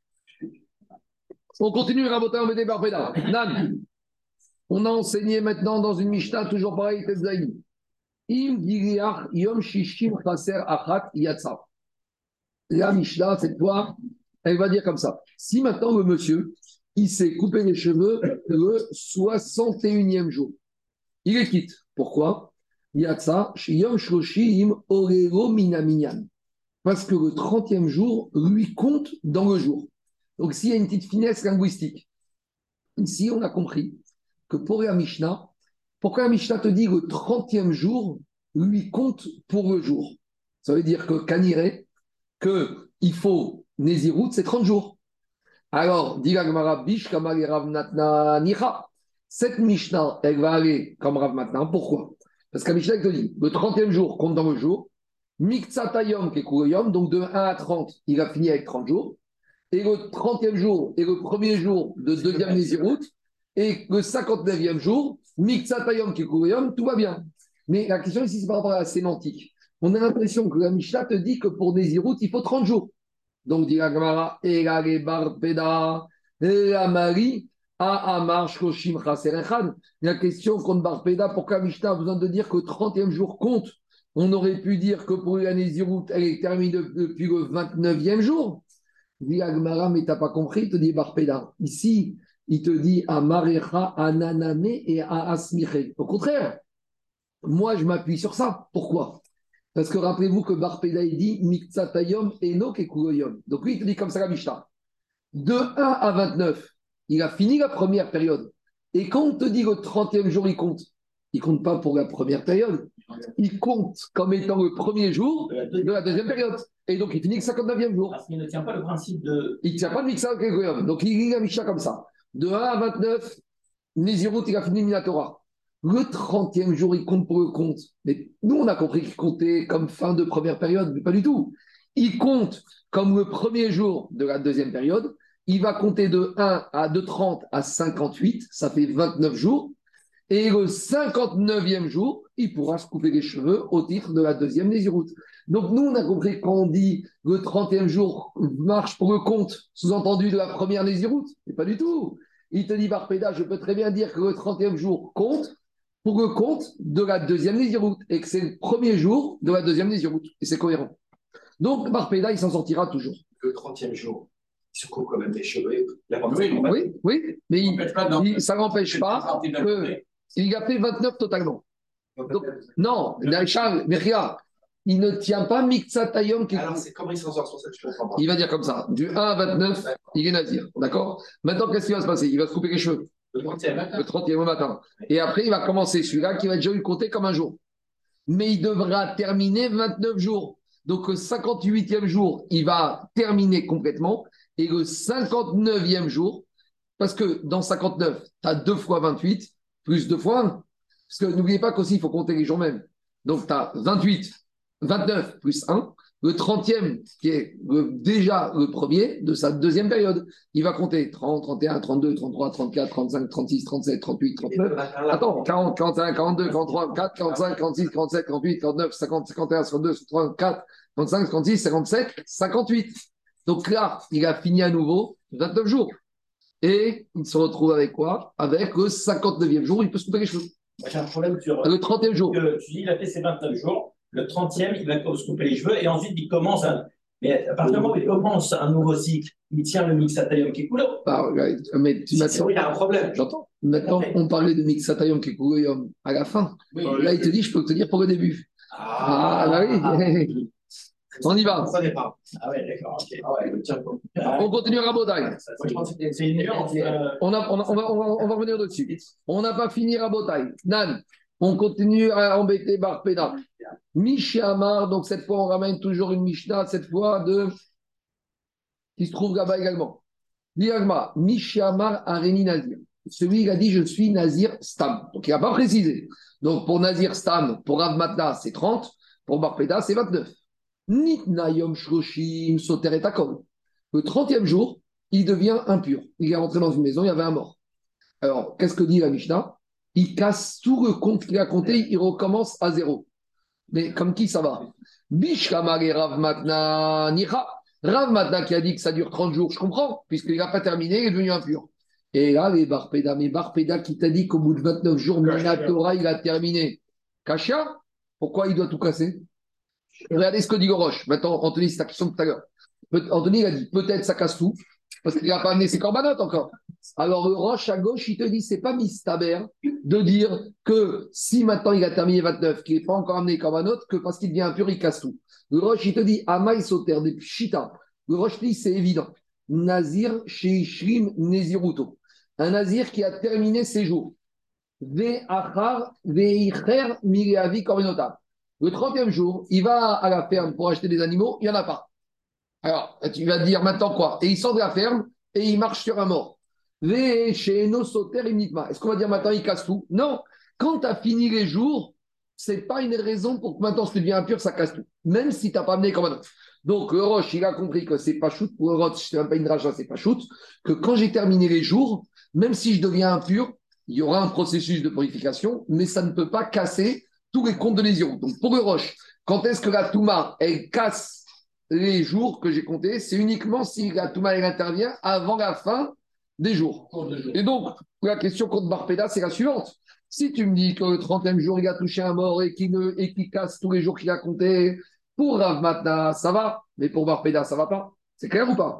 On continue Rabotaille à embêter Barpeda. Nan. On a enseigné maintenant dans une Mishnah, toujours pareil, Tezlaïm. Im Giliach Yom Shishim Chaser Achat Yatsa. La Mishnah, cette fois, elle va dire comme ça. Si maintenant le monsieur, il s'est coupé les cheveux le soixante et unième jour, il les quitte. Pourquoi? Yatsa Yom Shoshim Orero Minaminyan. Parce que le trentième jour lui compte dans le jour. Donc s'il y a une petite finesse linguistique, ici on a compris que pour la Mishnah, pourquoi la Mishnah te dit que le trentième jour lui compte pour le jour? Ça veut dire que Kaniré, qu'il faut Nézirout, c'est trente jours. Alors, dit la Gemara, Bish Kamal et Rav Natna Nicha. Cette Mishnah, elle va aller comme Rav Natna. Pourquoi? Parce que la Mishnah, elle te dit, le trentième jour compte dans le jour. Miktsatayom Kekuroyom, donc de un à trente, il va finir avec trente jours. Et le trentième jour et le premier jour de deuxième Nézirut. Et le cinquante-neuvième jour, Miktsatayom Kekuroyom, tout va bien. Mais la question ici, c'est par rapport à la sémantique. On a l'impression que la Mishnah te dit que pour Nézirut, il faut trente jours. Donc, dit la Gemara, Elare Barpeda, Elamari, A Amar Shkoshim Chaserechan. La question contre Barpeda, pourquoi la Mishnah a besoin de dire que le trentième jour compte? On aurait pu dire que pour la Nézirut, elle est terminée depuis le vingt-neuvième jour. Dit la Gemara, mais tu n'as pas compris, il te dit Barpeda. Ici, il te dit Amarecha, Ananame et Asmiche. Au contraire, moi, je m'appuie sur ça. Pourquoi? Parce que rappelez-vous que Barpeda, il dit Miktsatayom Enok et Kugoyom. Donc lui, il te dit comme ça la Mishnah. De un à vingt-neuf, il a fini la première période. Et quand on te dit le trentième jour, il compte, il ne compte pas pour la première période. Il compte comme étant le premier jour de la deuxième période. Et donc, il finit le cinquante-neuvième jour. Parce qu'il ne tient pas le principe de. Il ne tient pas de Miktsatayom et Kugoyom. Donc, il lit la Mishnah comme ça. De un à vingt-neuf, Nézirut, il a fini Minatora. Le trentième jour, il compte pour le compte. Mais nous, on a compris qu'il comptait comme fin de première période, mais pas du tout. Il compte comme le premier jour de la deuxième période. Il va compter de un à de trente à cinquante-huit, ça fait vingt-neuf jours. Et le cinquante-neuvième jour, il pourra se couper les cheveux au titre de la deuxième Nézirut. Donc nous, on a compris quand on dit le trentième jour marche pour le compte, sous-entendu de la première Nézirut. Mais pas du tout. Il te dit, Barpeda, je peux très bien dire que le trentième jour compte pour le compte de la deuxième Nézirut, et que c'est le premier jour de la deuxième Nézirut. Et c'est cohérent. Donc, Barpeda, il s'en sortira toujours. Le trentième jour, il se coupe quand même les cheveux. La oui, oui, oui, mais il, il, ça n'empêche pas qu'il a fait vingt-neuf totalement. Donc, non, Charles, mais regarde, il ne tient pas Miktsatayom. Alors, c'est comment il s'en sort sur cette chose? Il va dire comme ça, du un à vingt-neuf, il est nazir. D'accord? Maintenant, qu'est-ce qui va se passer? Il va se couper les cheveux. Le trentième matin. Le trentième matin. Et après, il va commencer celui-là qui va déjà lui compter comme un jour. Mais il devra terminer vingt-neuf jours. Donc, le cinquante-huitième jour, il va terminer complètement. Et le cinquante-neuvième jour, parce que dans cinquante-neuf, tu as deux fois vingt-huit, plus deux fois un. Parce que n'oubliez pas qu'aussi, il faut compter les jours même. Donc, tu as vingt-huit, vingt-neuf plus un. Le trentième, qui est le, déjà le premier de sa deuxième période, il va compter trente, trente et un, trente-deux, trente-trois, trente-quatre, trente-cinq, trente-six, trente-sept, trente-huit, trente-neuf. Attends, quarante, quarante-et-un, quarante-deux, quarante-trois, quarante-quatre, quarante-cinq, quarante-six, quarante-sept, quarante-huit, quarante-neuf, cinquante, cinquante et un, cinquante-deux, cinquante-quatre, cinquante-cinq, cinquante-six, cinquante-sept, cinquante-huit. Donc là, il a fini à nouveau vingt-neuf jours. Et il se retrouve avec quoi? Avec le cinquante-neuvième jour, il peut se couper les cheveux. J'ai un problème sur. Le trentième jour. Que, tu dis, il a fait ses vingt-neuf jours. Le trentième, il va se couper les cheveux et ensuite il commence à. Mais à partir du moment où il commence un nouveau cycle, il tient le Miktsatayom Kekulo. Ah, mais tu maintenant, il y a un problème. J'entends. Maintenant, on parlait de Miktsatayom Kekulo à la fin. Oui, là, il te dit, je peux te dire pour le début. Ah, ah bah oui. Ah. On y va. Ça dépend. Ah ouais, d'accord. Okay. Ah ouais, tiens, on continue à Rabotai. C'est une nuance. On, a, on, a, on, va, on, va, on va revenir dessus. On n'a pas fini Rabotai. Nan, on continue à embêter Barpeda. Mishamar, donc cette fois on ramène toujours une Mishnah, cette fois de qui se trouve là-bas également. Diagma, Mishamar Areni Nazir. Celui il a dit je suis Nazir Stam. Donc il n'a pas précisé. Donc pour Nazir Stam, pour Rav Matna c'est trente, pour Barpeda c'est vingt-neuf. Nitna Yom Shloshim Soter et Takol. Le trentième jour, il devient impur. Il est rentré dans une maison, il y avait un mort. Alors qu'est-ce que dit la Mishnah? Il casse tout le compte qu'il a compté, il recommence à zéro. Mais comme qui ça va? Bishkamar et Rav Matna Nicha. Rav Matna qui a dit que ça dure trente jours, je comprends, puisqu'il n'a pas terminé, il est devenu impur. Et là, les Barpeda, mais Barpeda qui t'a dit qu'au bout de vingt-neuf jours, Minatora, il a terminé. Kasha, pourquoi il doit tout casser? Regardez ce que dit Goroche. Maintenant, Anthony, c'est ta question de tout à l'heure. Anthony, il a dit peut-être ça casse tout, parce qu'il n'a pas amené ses corbanotes encore. Alors, le Roche à gauche, il te dit c'est pas mistaber de dire que si maintenant il a terminé vingt-neuf, qu'il n'est pas encore amené les corbanotes, que parce qu'il devient impur, il casse tout. Le Roche, il te dit Amaï Soter, des Chita. Le Roche dit c'est évident. Nazir Sheishrim Neziruto. Un Nazir qui a terminé ses jours. Ve'achar ve'icher mireavi korbenota. Le trentième jour, il va à la ferme pour acheter des animaux, il n'y en a pas. Alors, tu vas te dire maintenant quoi? Et il sort de la ferme et il marche sur un mort. Les chez nos sauteurs imniquement. Est-ce qu'on va dire maintenant il casse tout? Non. Quand tu as fini les jours, c'est pas une raison pour que maintenant si tu deviens impur, ça casse tout. Même si tu n'as pas amené comme un autre. Donc le Roche, il a compris que c'est pas shoot. Pour le Roche, c'est même pas une dracha, c'est pas shoot. Que quand j'ai terminé les jours, même si je deviens impur, il y aura un processus de purification, mais ça ne peut pas casser tous les comptes de lésion. Donc pour le Roche, quand est-ce que la Touma, elle casse les jours que j'ai comptés? C'est uniquement si la Touma, elle intervient avant la fin des jours. Et donc, la question contre Barpeda, c'est la suivante. Si tu me dis que le trentième jour, il a touché un mort et qu'il ne- et qu'il casse tous les jours qu'il a compté, pour Rav Matna, ça va, mais pour Barpeda, ça ne va pas. C'est clair ou pas?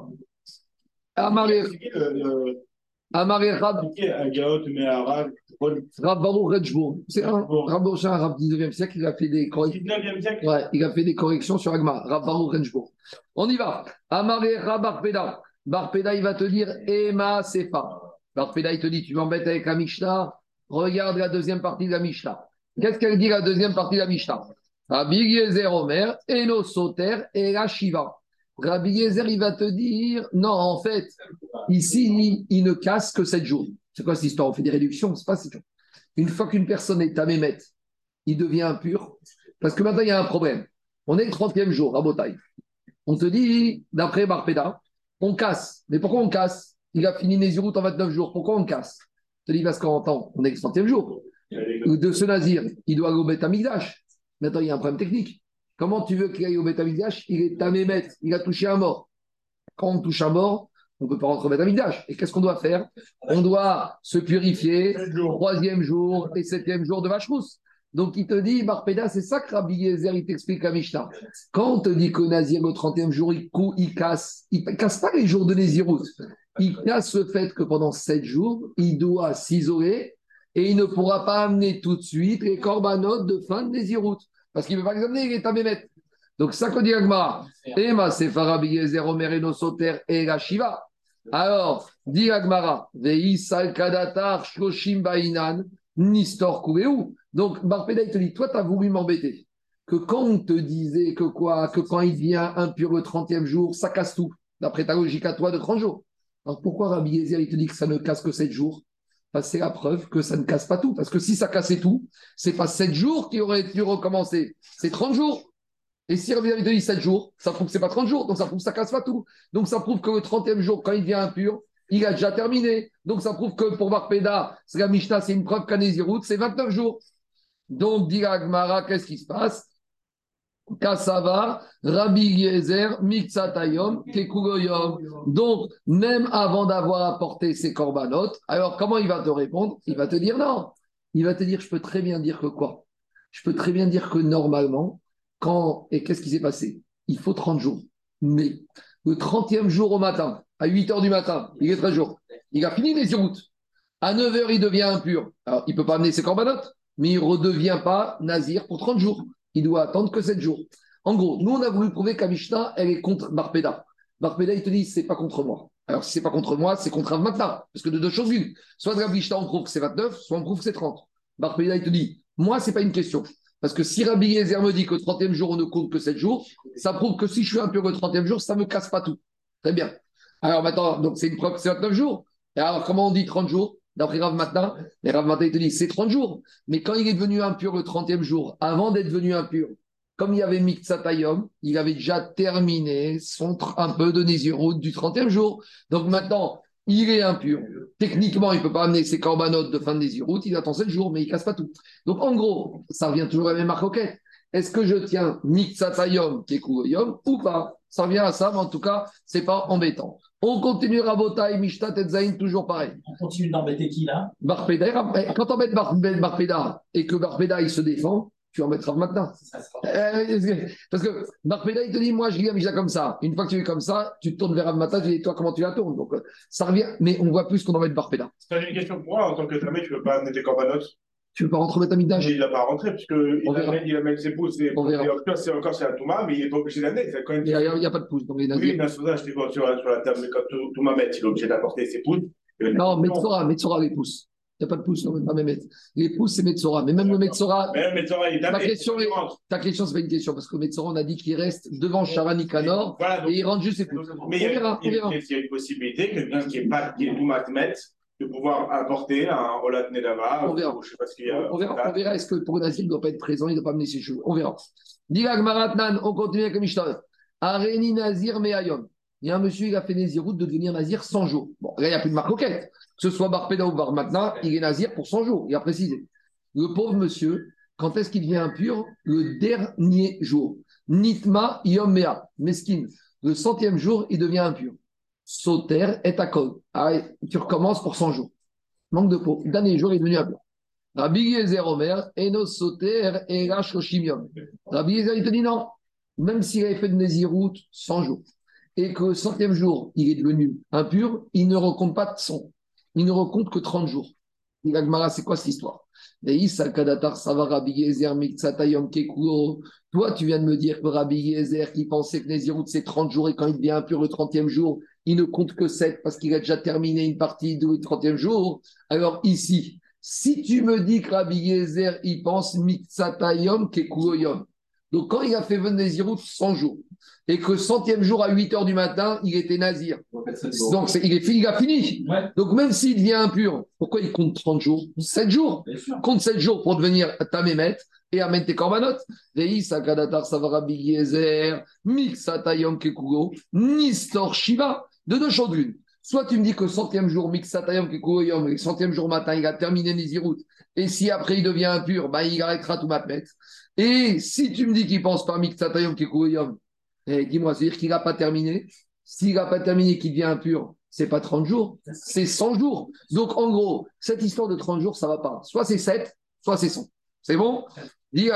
Amaré C'est qui le- le- Amaré Rab c'est qui Agaot, Me'arav, Paul, Rav Baruch Redjbourg. C'est un Rav Baruch, un Rav dix-neuvième siècle, il a fait des corrections. dix-neuvième siècle? Ouais, il a fait des corrections sur Agma. Rav Baruch Redjbourg. On y va. Amaré Rab Barpeda. Barpeda, il va te dire Ema Sefa. Barpeda, il te dit tu m'embêtes avec la Mishnah. Regarde la deuxième partie de la Mishnah. Qu'est-ce qu'elle dit la deuxième partie de la Mishnah? Rabbi Yezer Omer, Eno Soter et la Shiva. Rabbi Yezer, il va te dire non, en fait, ici, il ne casse que sept jours. C'est quoi cette histoire? On fait des réductions, c'est pas sept jours. Une fois qu'une personne est tamémette, il devient impur. Parce que maintenant, il y a un problème. On est le trentième jour, à Botaï. On te dit, d'après Barpeda, on casse. Mais pourquoi on casse? Il a fini Nézirut en vingt-neuf jours. Pourquoi on casse? Je te dis parce qu'en temps, on est le trentième jour. De ce Nazir, il doit aller au Beth Amikdash. Maintenant, il y a un problème technique. Comment tu veux qu'il aille au Beth Amikdash? Il est tamémet, il a touché un mort. Quand on touche un mort, on ne peut pas rentrer au Beth Amikdash. Et qu'est-ce qu'on doit faire? On doit se purifier troisième jour et septième jour de Vachrous. Donc, il te dit, Barpeda, c'est ça que Rabbi Yezer, il t'explique à Mishnah. Quand on te dit que Nazir, le trentième jour, il, cou, il casse, il ne casse pas les jours de Nézirut. Il casse le fait que pendant sept jours, il doit s'isoler et il ne pourra pas amener tout de suite les corbanotes de fin de Nézirut. Parce qu'il ne peut pas les amener, il est à Mémet. Donc, ça qu'on dit Agmara. Ema, c'est Farabi Yezer, Omer, Eno, Soter et la Shiva. Alors, dit Agmara, Veisal Kadatar, Shloshim Bainan, Nistor Kuveu. Donc, Barpeda, il te dit, toi, tu as voulu m'embêter. Que quand on te disait que quoi, que quand il vient impur le trentième jour, ça casse tout. D'après ta logique à toi de trente jours. Alors, pourquoi Rabbi Yezer, il te dit que ça ne casse que sept jours? Parce que c'est la preuve que ça ne casse pas tout. Parce que si ça cassait tout, c'est pas sept jours qui auraient dû recommencer. C'est trente jours. Et si Rabbi Yezer te dit sept jours, ça prouve que c'est pas trente jours. Donc, ça prouve que ça casse pas tout. Donc, ça prouve que le trentième jour, quand il vient impur, il a déjà terminé. Donc, ça prouve que pour Barpeda, c'est la Mishnah, c'est une preuve qu'à Nézirut, c'est vingt-neuf jours. Donc, dit Agmara, qu'est-ce qui se passe? Kassava, Rabbi Yezer, Miksatayom, Kekugoyom. Donc, même avant d'avoir apporté ses corbanotes, alors comment il va te répondre? Il va te dire non. Il va te dire, je peux très bien dire que quoi? Je peux très bien dire que normalement, quand, et qu'est-ce qui s'est passé? Il faut trente jours. Mais le trentième jour au matin, à huit heures du matin, il est treize jours. Il a fini les routes. À neuf heures, il devient impur. Alors, il ne peut pas amener ses corbanotes, mais il ne redevient pas nazir pour trente jours. Il doit attendre que sept jours. En gros, nous, on a voulu prouver qu'à Mishnah, elle est contre Barpeda. Barpeda, il te dit, c'est pas contre moi. Alors, si c'est pas contre moi, c'est contre Rav Matna. Parce que de deux choses l'une. Soit de la Mishnah, on prouve que c'est vingt-neuf, soit on prouve que c'est trente. Barpeda, il te dit, moi, c'est pas une question. Parce que si Rabbi Yezer me dit que le trentième jour, on ne compte que sept jours, ça prouve que si je suis impur le trentième jour, ça ne me casse pas tout. Très bien. Alors maintenant, donc c'est une preuve que c'est vingt-neuf jours. Et alors, comment on dit trente jours? D'après Rav Matna, et Rav Matna, il te dit, c'est trente jours. Mais quand il est devenu impur le trentième jour, avant d'être devenu impur, comme il y avait Miksatayom, il avait déjà terminé son tr- un peu de Nézirut du trentième jour. Donc maintenant, il est impur. Techniquement, il ne peut pas amener ses corbanotes de fin de Nézirut, il attend sept jours, mais il ne casse pas tout. Donc en gros, ça revient toujours à la même marcoquette. Est-ce que je tiens Miksatayom, Kekugoyom, ou pas? Ça revient à ça, mais en tout cas, ce n'est pas embêtant. On continue Rabotai, Mishtat et Zain, toujours pareil. On continue d'embêter qui là? Barpeda, quand tu embêtes Bar- Barpeda et que Barpeda il se défend, tu embêteras maintenant. Euh, parce que Barpeda il te dit, moi je lis la Mishnah comme ça. Une fois que tu es comme ça, tu te tournes vers Amata, tu dis, toi comment tu la tournes? Donc euh, ça revient, mais on voit plus qu'on embête Barpeda. C'est une question pour moi, en tant que tamé, tu ne peux pas amener tes corbanotes. Tu veux pas rentrer au Tamidage? Il n'a pas rentré, puisqu'il On verra. amène, il amène ses pouces. Et, On verra. et en tout cas, c'est encore chez la Touma, mais il n'est pas obligé d'amener. C'est quand même. Il n'y a, a pas de pouce dans les Oui, nazis. mais sur ça, je t'ai dit sur, sur la table, mais quand Touma met, il est obligé d'apporter ses pouces. Non, Metsora, Metsora les pouces. Il n'y a pas de pouce, non, pas Mehmet. Les pouces, c'est Metzora. Mais même le Metzora, Mais le Metzora, il est ta tapé. question, il est- rentre. ta question, c'est pas une question, parce que Metzora, on a dit qu'il reste devant Sharan Nikanor Voilà, donc- et il rentre juste ses pouces. On Mais il y, a, verra, on il y a- verra. il y a une possibilité, quelqu'un qui n'est pas qui est Matmet, de pouvoir apporter un Olat Nedava, On verra. ou je ne sais pas ce qu'il y a. On verra, on verra est-ce que pour Nazir, il ne doit pas être présent, il ne doit pas mener ses cheveux. On verra. Dilag Maratnan, on continue avec le Mishnah. Areni Nazir Meayom. Il y a un monsieur, il a fait Nazirout de devenir Nazir cent jours. Bon, là, il n'y a plus de marcoquette. Que ce soit Barpeda ou Bar maintenant, il est Nazir pour cent jours, il a précisé. Le pauvre monsieur, quand est-ce qu'il devient impur? Le dernier jour. Nitma Yom Mea, Meskin. Le centième jour, il devient impur. Sauter et Akol. Ah, tu recommences pour cent jours. Manque de peau. Dernier jour, il est devenu impur. Rabbi Yezer Omer, Enos Soter et Shoshimium. Rabbi Yezer, il te dit non. Même s'il avait fait de Nézirout cent jours, et que le centième jour, il est devenu impur, il ne recompte pas de son. Il ne recompte que trente jours. Il a Gemara, c'est quoi cette histoire? Toi, tu viens de me dire que Rabbi Yezer, qui pensait que Nézirout, c'est trente jours, et quand il devient impur le trentième jour, il ne compte que sept parce qu'il a déjà terminé une partie du trentième jour. Alors ici, si tu me dis que Rabbi Yezer, il pense Mitzatayom Kekuoyom. Donc quand il a fait venir Nézirout cent jours, et que centième jour à huit heures du matin, il était Nazir. Donc c'est- il, est fini, il a fini. Ouais. Donc même s'il devient impur, pourquoi il compte trente jours? sept jours. Bien sûr. Compte sept jours pour devenir Tamémet et amène tes corbanotes. Vei Sakadatar Savarabi Yezer, Mixatayom Kekugo, Nistor Shiva. De deux choses l'une. Soit tu me dis que le centième jour, Mixatayom Kekugo Yom, le centième jour matin, il a terminé Nézirout. Et si après il devient impur, bah, il arrêtera tout Matmet. Et si tu me dis qu'il pense pas Mixatayom Kekugo Yom, eh, dis-moi, c'est-à-dire qu'il n'a pas terminé. S'il n'a pas terminé, qu'il devient impur, c'est pas trente jours, c'est cent jours. Donc, en gros, cette histoire de trente jours, ça va pas. Soit c'est sept, soit c'est cent. C'est bon? Dis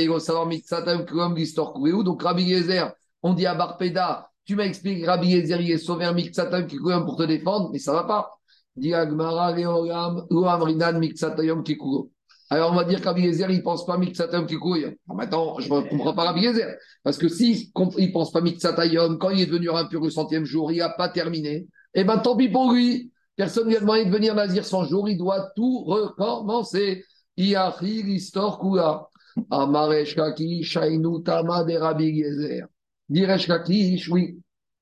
Donc, Rabbi Yezer, on dit à Barpeda, tu m'as expliqué que Rabbi Yezer, il est sauvé un Miktsatayom Kikuram pour te défendre, mais ça va pas. Dis Agmara, Leoram, Loam Rinan, Miktsatayom Kikuram. Alors, on va dire que Rabbi Yezer, il ne pense pas Miktsatayom Kikuram. Maintenant, je ne comprends pas Rabbi Yezer. Parce que s'il ne pense pas Miktsatayom, quand il est devenu impur le centième jour, il n'a pas terminé, eh bien, tant pis pour lui. Personne ne lui a demandé de venir Nazir cent jours, il doit tout recommencer. Iachi, l'histoire, Kula. Amaresh Kaki, Shainu, Tama, de Rabbi Yezer. Diresh Kaki, oui.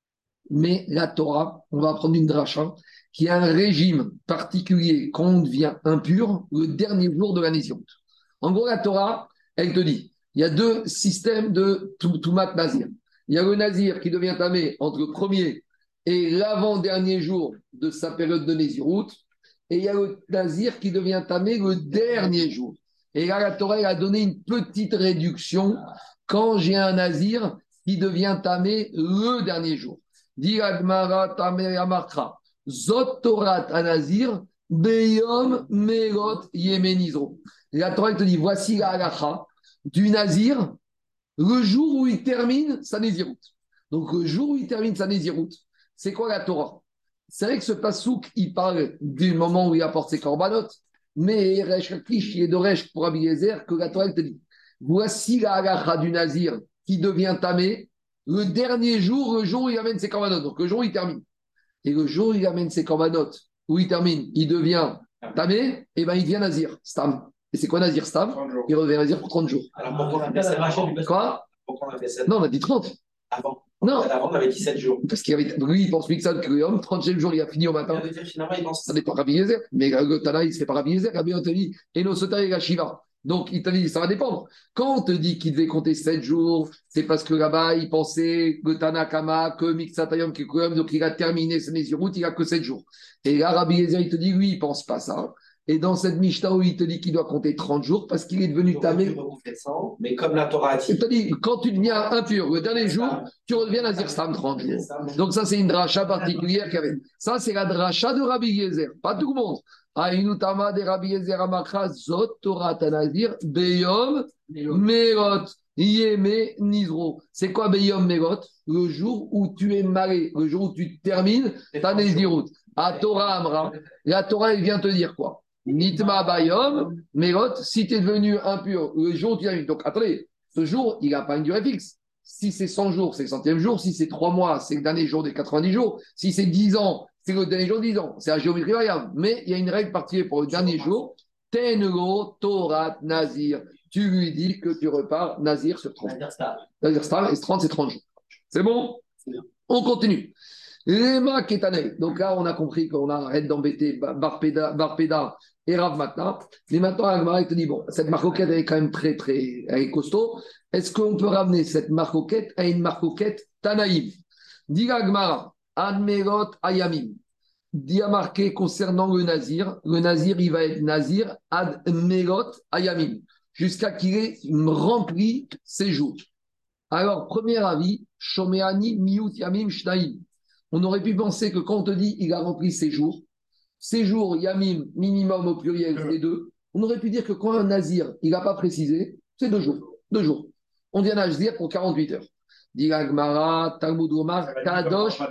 Mais la Torah, on va prendre une dracha, qui a un régime particulier quand on devient impur le dernier jour de la Nézirut. En gros, la Torah, elle te dit, il y a deux systèmes de Toumat Nazir. Il y a le Nazir qui devient tamé entre le premier et l'avant-dernier jour de sa période de Nézirut, et il y a le Nazir qui devient tamé le dernier jour. Et là, la Torah elle a donné une petite réduction quand j'ai un Nazir qui devient tamé le dernier jour. Dit Agmara tamé amarcha. Zot Torat Anazir, Beyom Merot Yemenizro. La Torah te dit voici la halacha du Nazir le jour où il termine sa Nézirut. Donc le jour où il termine sa Nézirut, c'est quoi la Torah? C'est vrai que ce pasouk, il parle du moment où il apporte ses corbanotes, mais Resh Lakish, il est de Resh pour Rabbi Yezer que la Torah te dit voici la halacha du Nazir qui devient tamé le dernier jour, le jour où il amène ses corbanotes. Donc le jour où il termine. Et le jour où il amène ses corbanotes, où il termine, il devient tamé, et bien il devient Nazir, Stam. Et c'est quoi Nazir Stam? Il revient Nazir pour trente jours. Alors pourquoi on a fait ça avant? Quoi? Pourquoi on a fait ça Non, on a dit trente. avant? Non. Avant, on avait dit sept jours. Parce qu'il avait, lui, il pense Mixad Kriyom, trentième jour, il a fini au matin. On dire finalement, il pense Ça dépend de Rabbi Yezer. Mais le Tana, il se fait par Rabbi Yezer. Rabbi, on te dit, et nos Sota et la Shiva. Donc, il t'a dit, ça va dépendre. Quand on te dit qu'il devait compter sept jours, c'est parce que là-bas, il pensait que Tanakama, que Mixatayom Kikuram, donc il a terminé ses Nézirut, il a que sept jours. Et là, Rabbi Yezer, il te dit, lui, il pense pas ça. Et dans cette Mishnah où il te dit qu'il doit compter trente jours parce qu'il est devenu tamé. Mais comme la Torah a dit. Il te dit, quand tu deviens impur, le dernier jour, tu redeviens Nazir Stam trente jours. Donc ça, c'est une dracha particulière qu'il y avait. Ça, c'est la dracha de Rabbi Yezer. Pas tout le monde. Aïnoutama de Rabbi Yezer Amakra, Zot Torah Tanazir, Beyom, Merot, Yeme, Nizro. C'est quoi Beyom Merot? Le jour où tu es malé, le jour où tu termines ta Nézirut. À Torah Amra, la Torah, elle vient te dire quoi? Nitma Bayom, Merot, si tu es devenu impur le jour où tu as eu. Donc attendez, ce jour, il n'a pas une durée fixe. Si c'est cent jours, c'est le centième jour. Si c'est trois mois, c'est le dernier jour des quatre-vingt-dix jours. Si c'est dix ans, c'est le dernier jour de dix ans. C'est la géométrie variable. Mais il y a une règle particulière pour le dernier jour. Tengo Torat Nazir. Tu lui dis que tu repars Nazir sur trente. Nazir Star, et trente, c'est trente jours. C'est bon? On continue. Lema Ketanel. Donc là, on a compris qu'on arrête d'embêter Barpeda, Barpeda et Rav Matna. Mais maintenant, Agmara, il te dit, bon, cette marcoquette, elle est quand même très, très elle est costaud. Est-ce qu'on peut ramener cette marcoquette à une marcoquette Tanaïm? Dit Agmara, Admerot Ayamim. Dit à marqué concernant le Nazir. Le Nazir, il va être Nazir Admerot Ayamim. Jusqu'à qu'il ait rempli ses jours. Alors, premier avis, Shomeani Miut Yamim Shnaim. On aurait pu penser que quand on te dit il a rempli ses jours, ses jours Yamim, minimum au pluriel, c'est deux. On aurait pu dire que quand un Nazir, il n'a pas précisé, c'est deux jours. Deux jours. On dit un Nazir pour quarante-huit heures. Dit Agmara, Talmud Omar, Kadosh.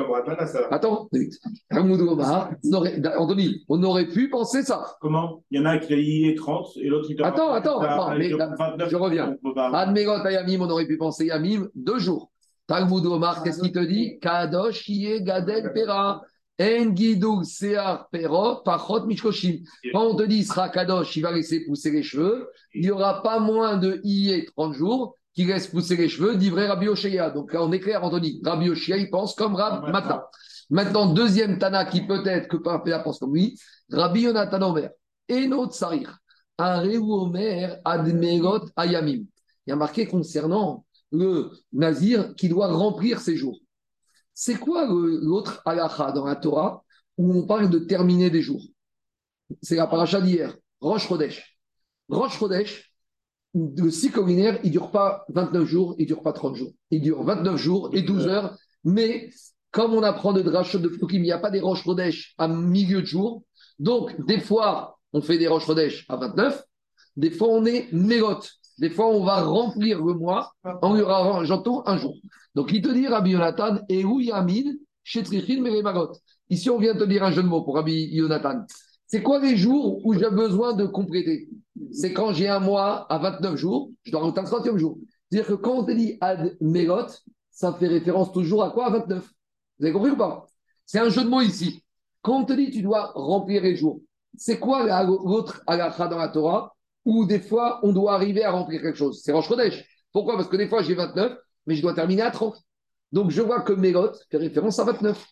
Attends, Talmud Omar, Anthony, on aurait pu penser ça. Comment? Il y en a qui est trente et l'autre il Attends, attends, attends mais, je reviens. Admegot Yamim, on aurait pu penser Yamim, deux jours. Talmud Omar, qu'est-ce qu'il te dit? Kadosh Yé Gadel Pera. En Gidou Sear Pero, Pachot Mishkoshim. Quand on te dit il sera Kadosh, il va laisser pousser les cheveux, il n'y aura pas moins de Yé trente jours qui laisse pousser les cheveux, d'ivré Rabbi Oshaya. Donc là, on est clair, Anthony. Rabbi Oshaya, il pense comme Rab Mata. Maintenant, deuxième Tana qui peut-être que Parpéa pense comme lui, Rabbi Yonatan Omer. Et notre Sarir. Un Réou Omer Admerot Ayamim. Il y a marqué concernant le Nazir qui doit remplir ses jours. C'est quoi l'autre halakha dans la Torah où on parle de terminer des jours? C'est la paracha d'hier, Rosh Chodesh. Rosh Chodesh, le cycle lunaire, il ne dure pas vingt-neuf jours, il ne dure pas trente jours. Il dure vingt-neuf jours et douze heures, mais comme on apprend de Drashot de Psukim, il n'y a pas des Rosh Chodesh à milieu de jour. Donc, des fois, on fait des Rosh Chodesh à vingt-neuf, des fois, on est Mérot. Des fois, on va remplir le mois en lui rajoutant un jour. Donc, il te dit, Rabbi Yonatan, et où Yamin, Shetrichin, Meremagot. Ici, on vient te dire un jeu de mots pour Rabbi Yonatan. C'est quoi les jours où j'ai besoin de compléter? C'est quand j'ai un mois à vingt-neuf jours, je dois rajouter un trentième jour. C'est-à-dire que quand on te dit Ad Merot, ça fait référence toujours à quoi? À vingt-neuf. Vous avez compris ou pas? C'est un jeu de mots ici. Quand on te dit tu dois remplir les jours, c'est quoi l'autre halakha dans la Torah où des fois on doit arriver à remplir quelque chose? C'est Rosh Chodesh. Pourquoi? Parce que des fois j'ai vingt-neuf, mais je dois terminer à trente. Donc je vois que Merot fait référence à vingt-neuf.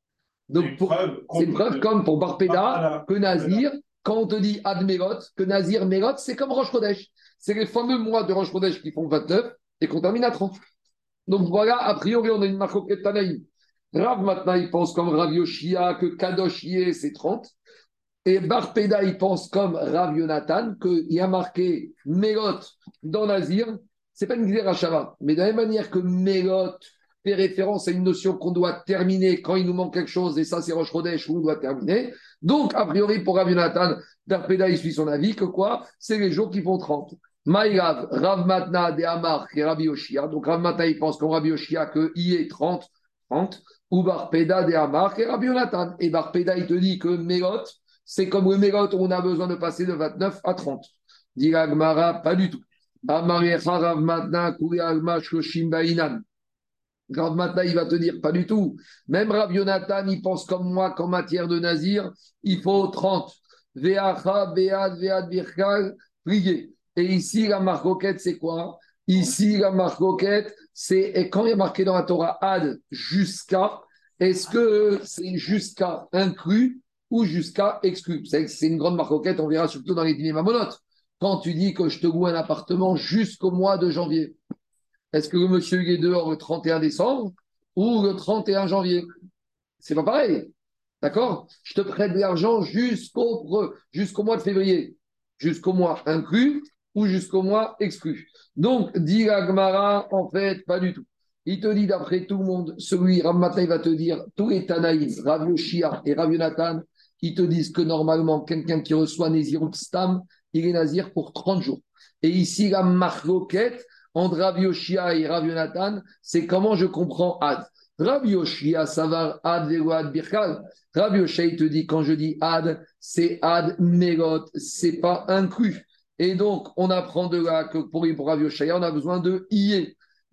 Donc pour, c'est une preuve comme pour Barpeda, que Nazir, quand on te dit Ad Merot, que Nazir Merot, c'est comme Rosh Chodesh. C'est les fameux mois de Rosh Chodesh qui font vingt-neuf et qu'on termine à trente. Donc voilà, a priori, on a une marcoquette Tanaïm. Rav maintenant, il pense comme Rav Yoshia que Kadosh Yé, c'est trente. Et Barpeda, il pense comme Rav Yonatan qu'il y a marqué Merot dans Nazir. C'est pas une Gzerachava, mais de la même manière que Merot fait référence à une notion qu'on doit terminer quand il nous manque quelque chose, et ça, c'est Rosh Chodesh où on doit terminer. Donc, a priori, pour Rav Yonatan, Barpeda, il suit son avis que quoi? C'est les jours qui font trente. Maïrav, Rav Matna, de Amar et Rabbi Yoshia. Donc, Rav Matna, il pense comme Rabbi Yoshia qu'il y est trente, trente. Ou Barpeda, de Amar et Rabbi Yonatan. Et Barpeda, il te dit que Merot, c'est comme le Merot où on a besoin de passer de vingt-neuf à trente. Dit Agmara, pas du tout. Amarecha Rav Matna, Kuri Alma, Shoshim Bainan. Rav Matna, il va te dire, pas du tout. Même Rav Yonatan, il pense comme moi qu'en matière de Nazir, il faut trente. Veacha, Bead, Vead, Birkal, prier. Et ici, la marcoquette, c'est quoi? Ici, la marcoquette, c'est et quand il y a marqué dans la Torah Ad jusqu'à, est-ce que c'est jusqu'à inclus ou jusqu'à exclu? C'est, c'est une grande marcoquette, on verra surtout dans les dîners mamonotes. Quand tu dis que je te loue un appartement jusqu'au mois de janvier, est-ce que le monsieur il est dehors le trente et un décembre ou le trente et un janvier? C'est pas pareil. D'accord? Je te prête de l'argent jusqu'au, jusqu'au mois de février, jusqu'au mois inclus ou jusqu'au mois exclu. Donc, dit Agmara, en fait, pas du tout. Il te dit d'après tout le monde, celui, Rav Matna, il va te dire, tous les Tanaïm, Rav Yoshia et Rav Yonatan, ils te disent que normalement, quelqu'un qui reçoit Nézirut Stam, il est Nazir pour trente jours. Et ici, la marloquette entre Rav Yoshia et Rav Yonatan, c'est comment je comprends Ad. Rav Yoshia, savar Ad velo Ad Birkal. Rav Yoshia, il te dit, quand je dis Ad, c'est Ad Merot, c'est pas inclus. Et donc, on apprend de là que pour, pour Rav Yoshia, on a besoin de Ié.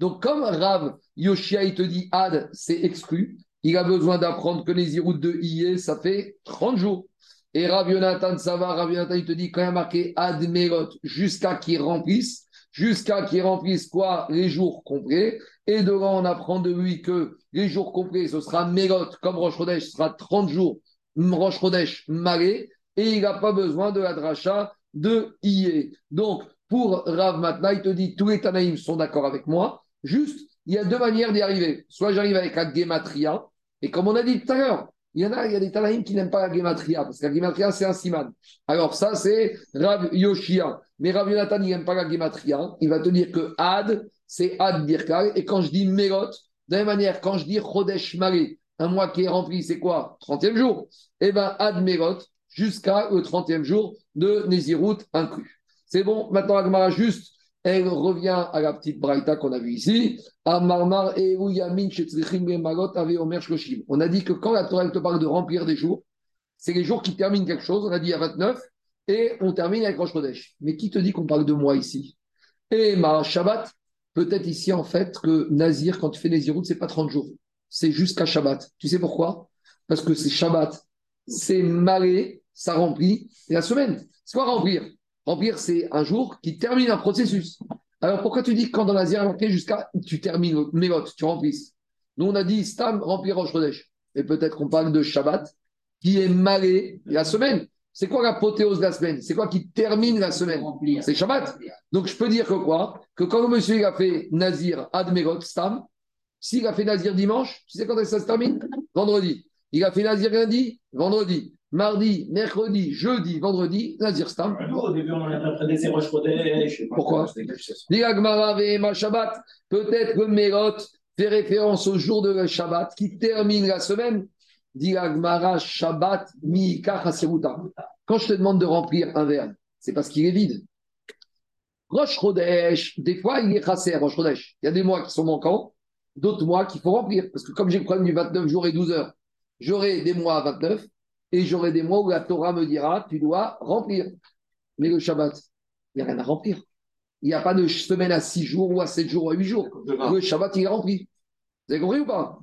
Donc, comme Rav Yoshia, il te dit Ad, c'est exclu, il a besoin d'apprendre que les Nézirut de Iye, ça fait trente jours. Et Rav Yonatan, ça va, Rav Yonatan, il te dit quand il y a marqué Ad Merot, jusqu'à qu'il remplisse, jusqu'à qu'il remplisse quoi? Les jours complets. Et de là, on apprend de lui que les jours complets, ce sera Merot, comme Rosh Chodesh, ce sera trente jours, Rosh Chodesh malé, et il n'a pas besoin de la dracha de Iye. Donc, pour Rav Matna, il te dit tous les Tanaïm sont d'accord avec moi. Juste, il y a deux manières d'y arriver. Soit j'arrive avec la Gematria, et comme on a dit tout à l'heure, il y en a, il y a des Tanaïm qui n'aiment pas la Gematria, parce que la Gematria, c'est un siman. Alors ça, c'est Rav Yoshia. Mais Rav Yonatan, il n'aime pas la Gematria. Il va te dire que Ad, c'est Ad Birkal. Et quand je dis Merot, de la même manière, quand je dis Chodesh Malé, un mois qui est rempli, c'est quoi? trentième jour. Eh bien, Ad Merot, jusqu'à le trentième jour de Nézirut inclus. C'est bon, maintenant, Agmara, juste, elle revient à la petite braïta qu'on a vue ici. On a dit que quand la Torah te parle de remplir des jours, c'est les jours qui terminent quelque chose. On a dit à vingt-neuf, et on termine avec Rosh Chodesh. Mais qui te dit qu'on parle de mois ici? Et ma Shabbat, peut-être ici, en fait, que Nazir, quand tu fais Nézirut, c'est pas trente jours. C'est jusqu'à Shabbat. Tu sais pourquoi? Parce que c'est Shabbat, c'est malé, ça remplit la semaine. C'est quoi remplir? Remplir, c'est un jour qui termine un processus. Alors, pourquoi tu dis que quand dans Nazir, remplir jusqu'à, tu termines, Mélot, tu remplisses? Nous, on a dit, Stam, remplir Rosh Chodesh. Et peut-être qu'on parle de Shabbat, qui est malé la semaine. C'est quoi l'apothéose de la semaine? C'est quoi qui termine la semaine? C'est Shabbat. Donc, je peux dire que quoi? Que quand le monsieur il a fait Nazir, Ad Mélot, Stam, s'il a fait Nazir dimanche, tu sais quand est-ce que ça se termine? Vendredi. Il a fait Nazir lundi, vendredi. Mardi, mercredi, jeudi, vendredi, Nazir Stam. Nous, au début, on en a après des Rosh Chodesh. Pourquoi? Shabbat. Peut-être que Mérot fait référence au jour de Shabbat qui termine la semaine. Dilagmara Shabbat Miika Hasiruta. Quand je te demande de remplir un verre, c'est parce qu'il est vide. Rosh Chodesh, des fois, il est chassé à Rosh Chodesh. Il y a des mois qui sont manquants, d'autres mois qu'il faut remplir. Parce que comme j'ai le problème du vingt-neuf jours et douze heures, j'aurai des mois à vingt-neuf. Et j'aurai des mois où la Torah me dira, tu dois remplir. Mais le Shabbat, il n'y a rien à remplir. Il n'y a pas de semaine à six jours ou à sept jours ou à huit jours. Le Shabbat, il est rempli. Vous avez compris ou pas?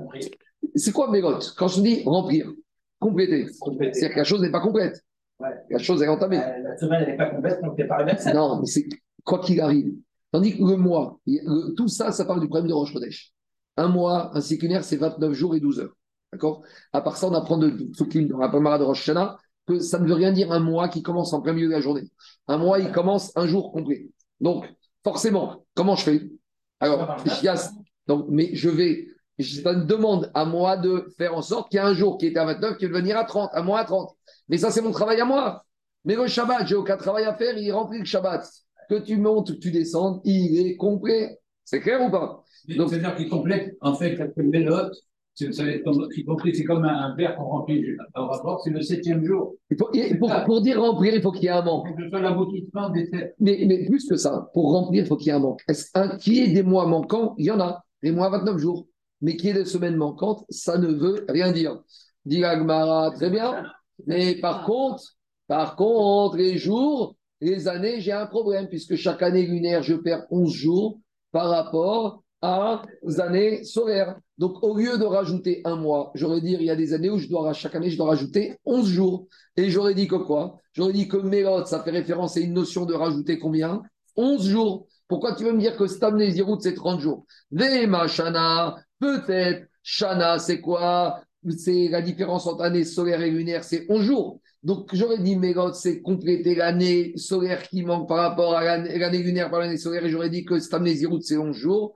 C'est quoi Mérot? Quand je dis remplir, compléter, c'est-à-dire que la chose n'est pas complète. Ouais. La chose est entamée. Euh, la semaine, elle n'est pas complète, donc tu n'es pas remettre. Non, mais c'est quoi qu'il arrive. Tandis que le mois, le, tout ça, ça parle du problème de Rosh Chodesh. Un mois, un cycle lunaire, c'est vingt-neuf jours et douze heures. D'accord? À part ça, on apprend de Tzukim, dans la Pamara de Rosh Hashanah, que ça ne veut rien dire un mois qui commence en plein milieu de la journée. Un mois, il commence un jour complet. Donc, forcément, comment je fais? Alors, y a, donc, mais je vais, ça me demande à moi de faire en sorte qu'il y a un jour qui était à vingt-neuf qui va devenir à trente, un mois à trente. Mais ça, c'est mon travail à moi. Mais le Shabbat, j'ai aucun travail à faire, il remplit le Shabbat. Que tu montes ou que tu descendes, il est complet. C'est clair ou pas? Donc, c'est-à-dire qu'il complète, en fait, le Mélot. C'est, c'est, comme, c'est comme un, un verre qu'on remplit au rapport, c'est le septième jour. Il faut, il, pour, pour dire remplir, il faut qu'il y ait un manque. Il faut que l'aboutissement des sept. Mais, mais plus que ça, pour remplir, il faut qu'il y ait un manque. Est-ce un, qui est des mois manquants? Il y en a, les mois vingt-neuf jours. Mais qui est des semaines manquantes, ça ne veut rien dire. Dit Agmara, très bien. Mais par contre, par contre, les jours, les années, j'ai un problème, puisque chaque année lunaire, je perds onze jours par rapport aux années solaires. Donc, au lieu de rajouter un mois, j'aurais dit, il y a des années où je dois, chaque année, je dois rajouter onze jours. Et j'aurais dit que quoi? J'aurais dit que Mélot, ça fait référence à une notion de rajouter combien? onze jours. Pourquoi tu veux me dire que Stam Nézirut, c'est trente jours? Vema Shana, peut-être. Shana, c'est quoi? C'est la différence entre année solaire et lunaire, c'est onze jours. Donc, j'aurais dit, Mélot, c'est compléter l'année solaire qui manque par rapport à l'année, l'année lunaire par l'année solaire. Et j'aurais dit que Stam Nézirut, c'est onze jours.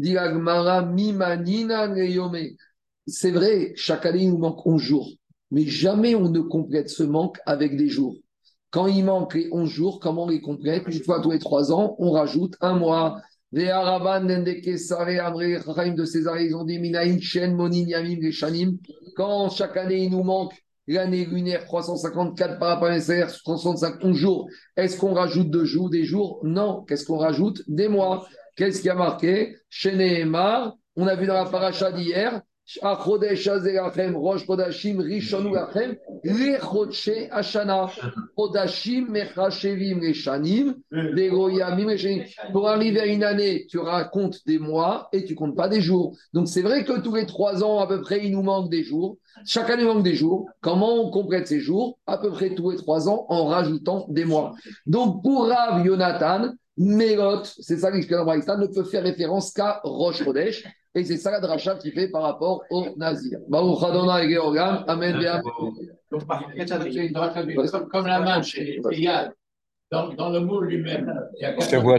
C'est vrai, chaque année, il nous manque onze jours. Mais jamais on ne complète ce manque avec des jours. Quand il manque les onze jours, comment on les complète? Une fois tous les trois ans, on rajoute un mois. Les Araban, de César, ils ont dit Minaïn, Shen, Monin, Yamim, les Shanim. Quand chaque année, il nous manque l'année lunaire trois cent cinquante-quatre par rapport à l'année solaire trois cent cinquante jours, est-ce qu'on rajoute deux jours, des jours? Non. Qu'est-ce qu'on rajoute? Des mois. Qu'est-ce qui a marqué? Chez Nehemar, on a vu dans la paracha d'hier, Achodesh Azelachem, Rosh Chodashim, Rishonu Lachem, Lechodshe Ashana, Chodashim, Mechashevim, Leshanim, Legoyamim, Leshanim. Pour arriver à une année, tu racontes des mois et tu comptes pas des jours. Donc c'est vrai que tous les trois ans, à peu près, il nous manque des jours. Chaque année, il manque des jours. Comment on complète ces jours? À peu près tous les trois ans, en rajoutant des mois. Donc pour Rav Yonatan, Mérot, c'est ça l'explication de Braïsta, ne peut faire référence qu'à Rosh Chodesh. Et c'est ça la dracha qui fait par rapport au Nazir. Baruch Adonai Georgam, Amen. Donc, par contre, ça, c'est une dracha, comme, comme la manche, il y a dans, dans le mot lui-même, il y a Je te vois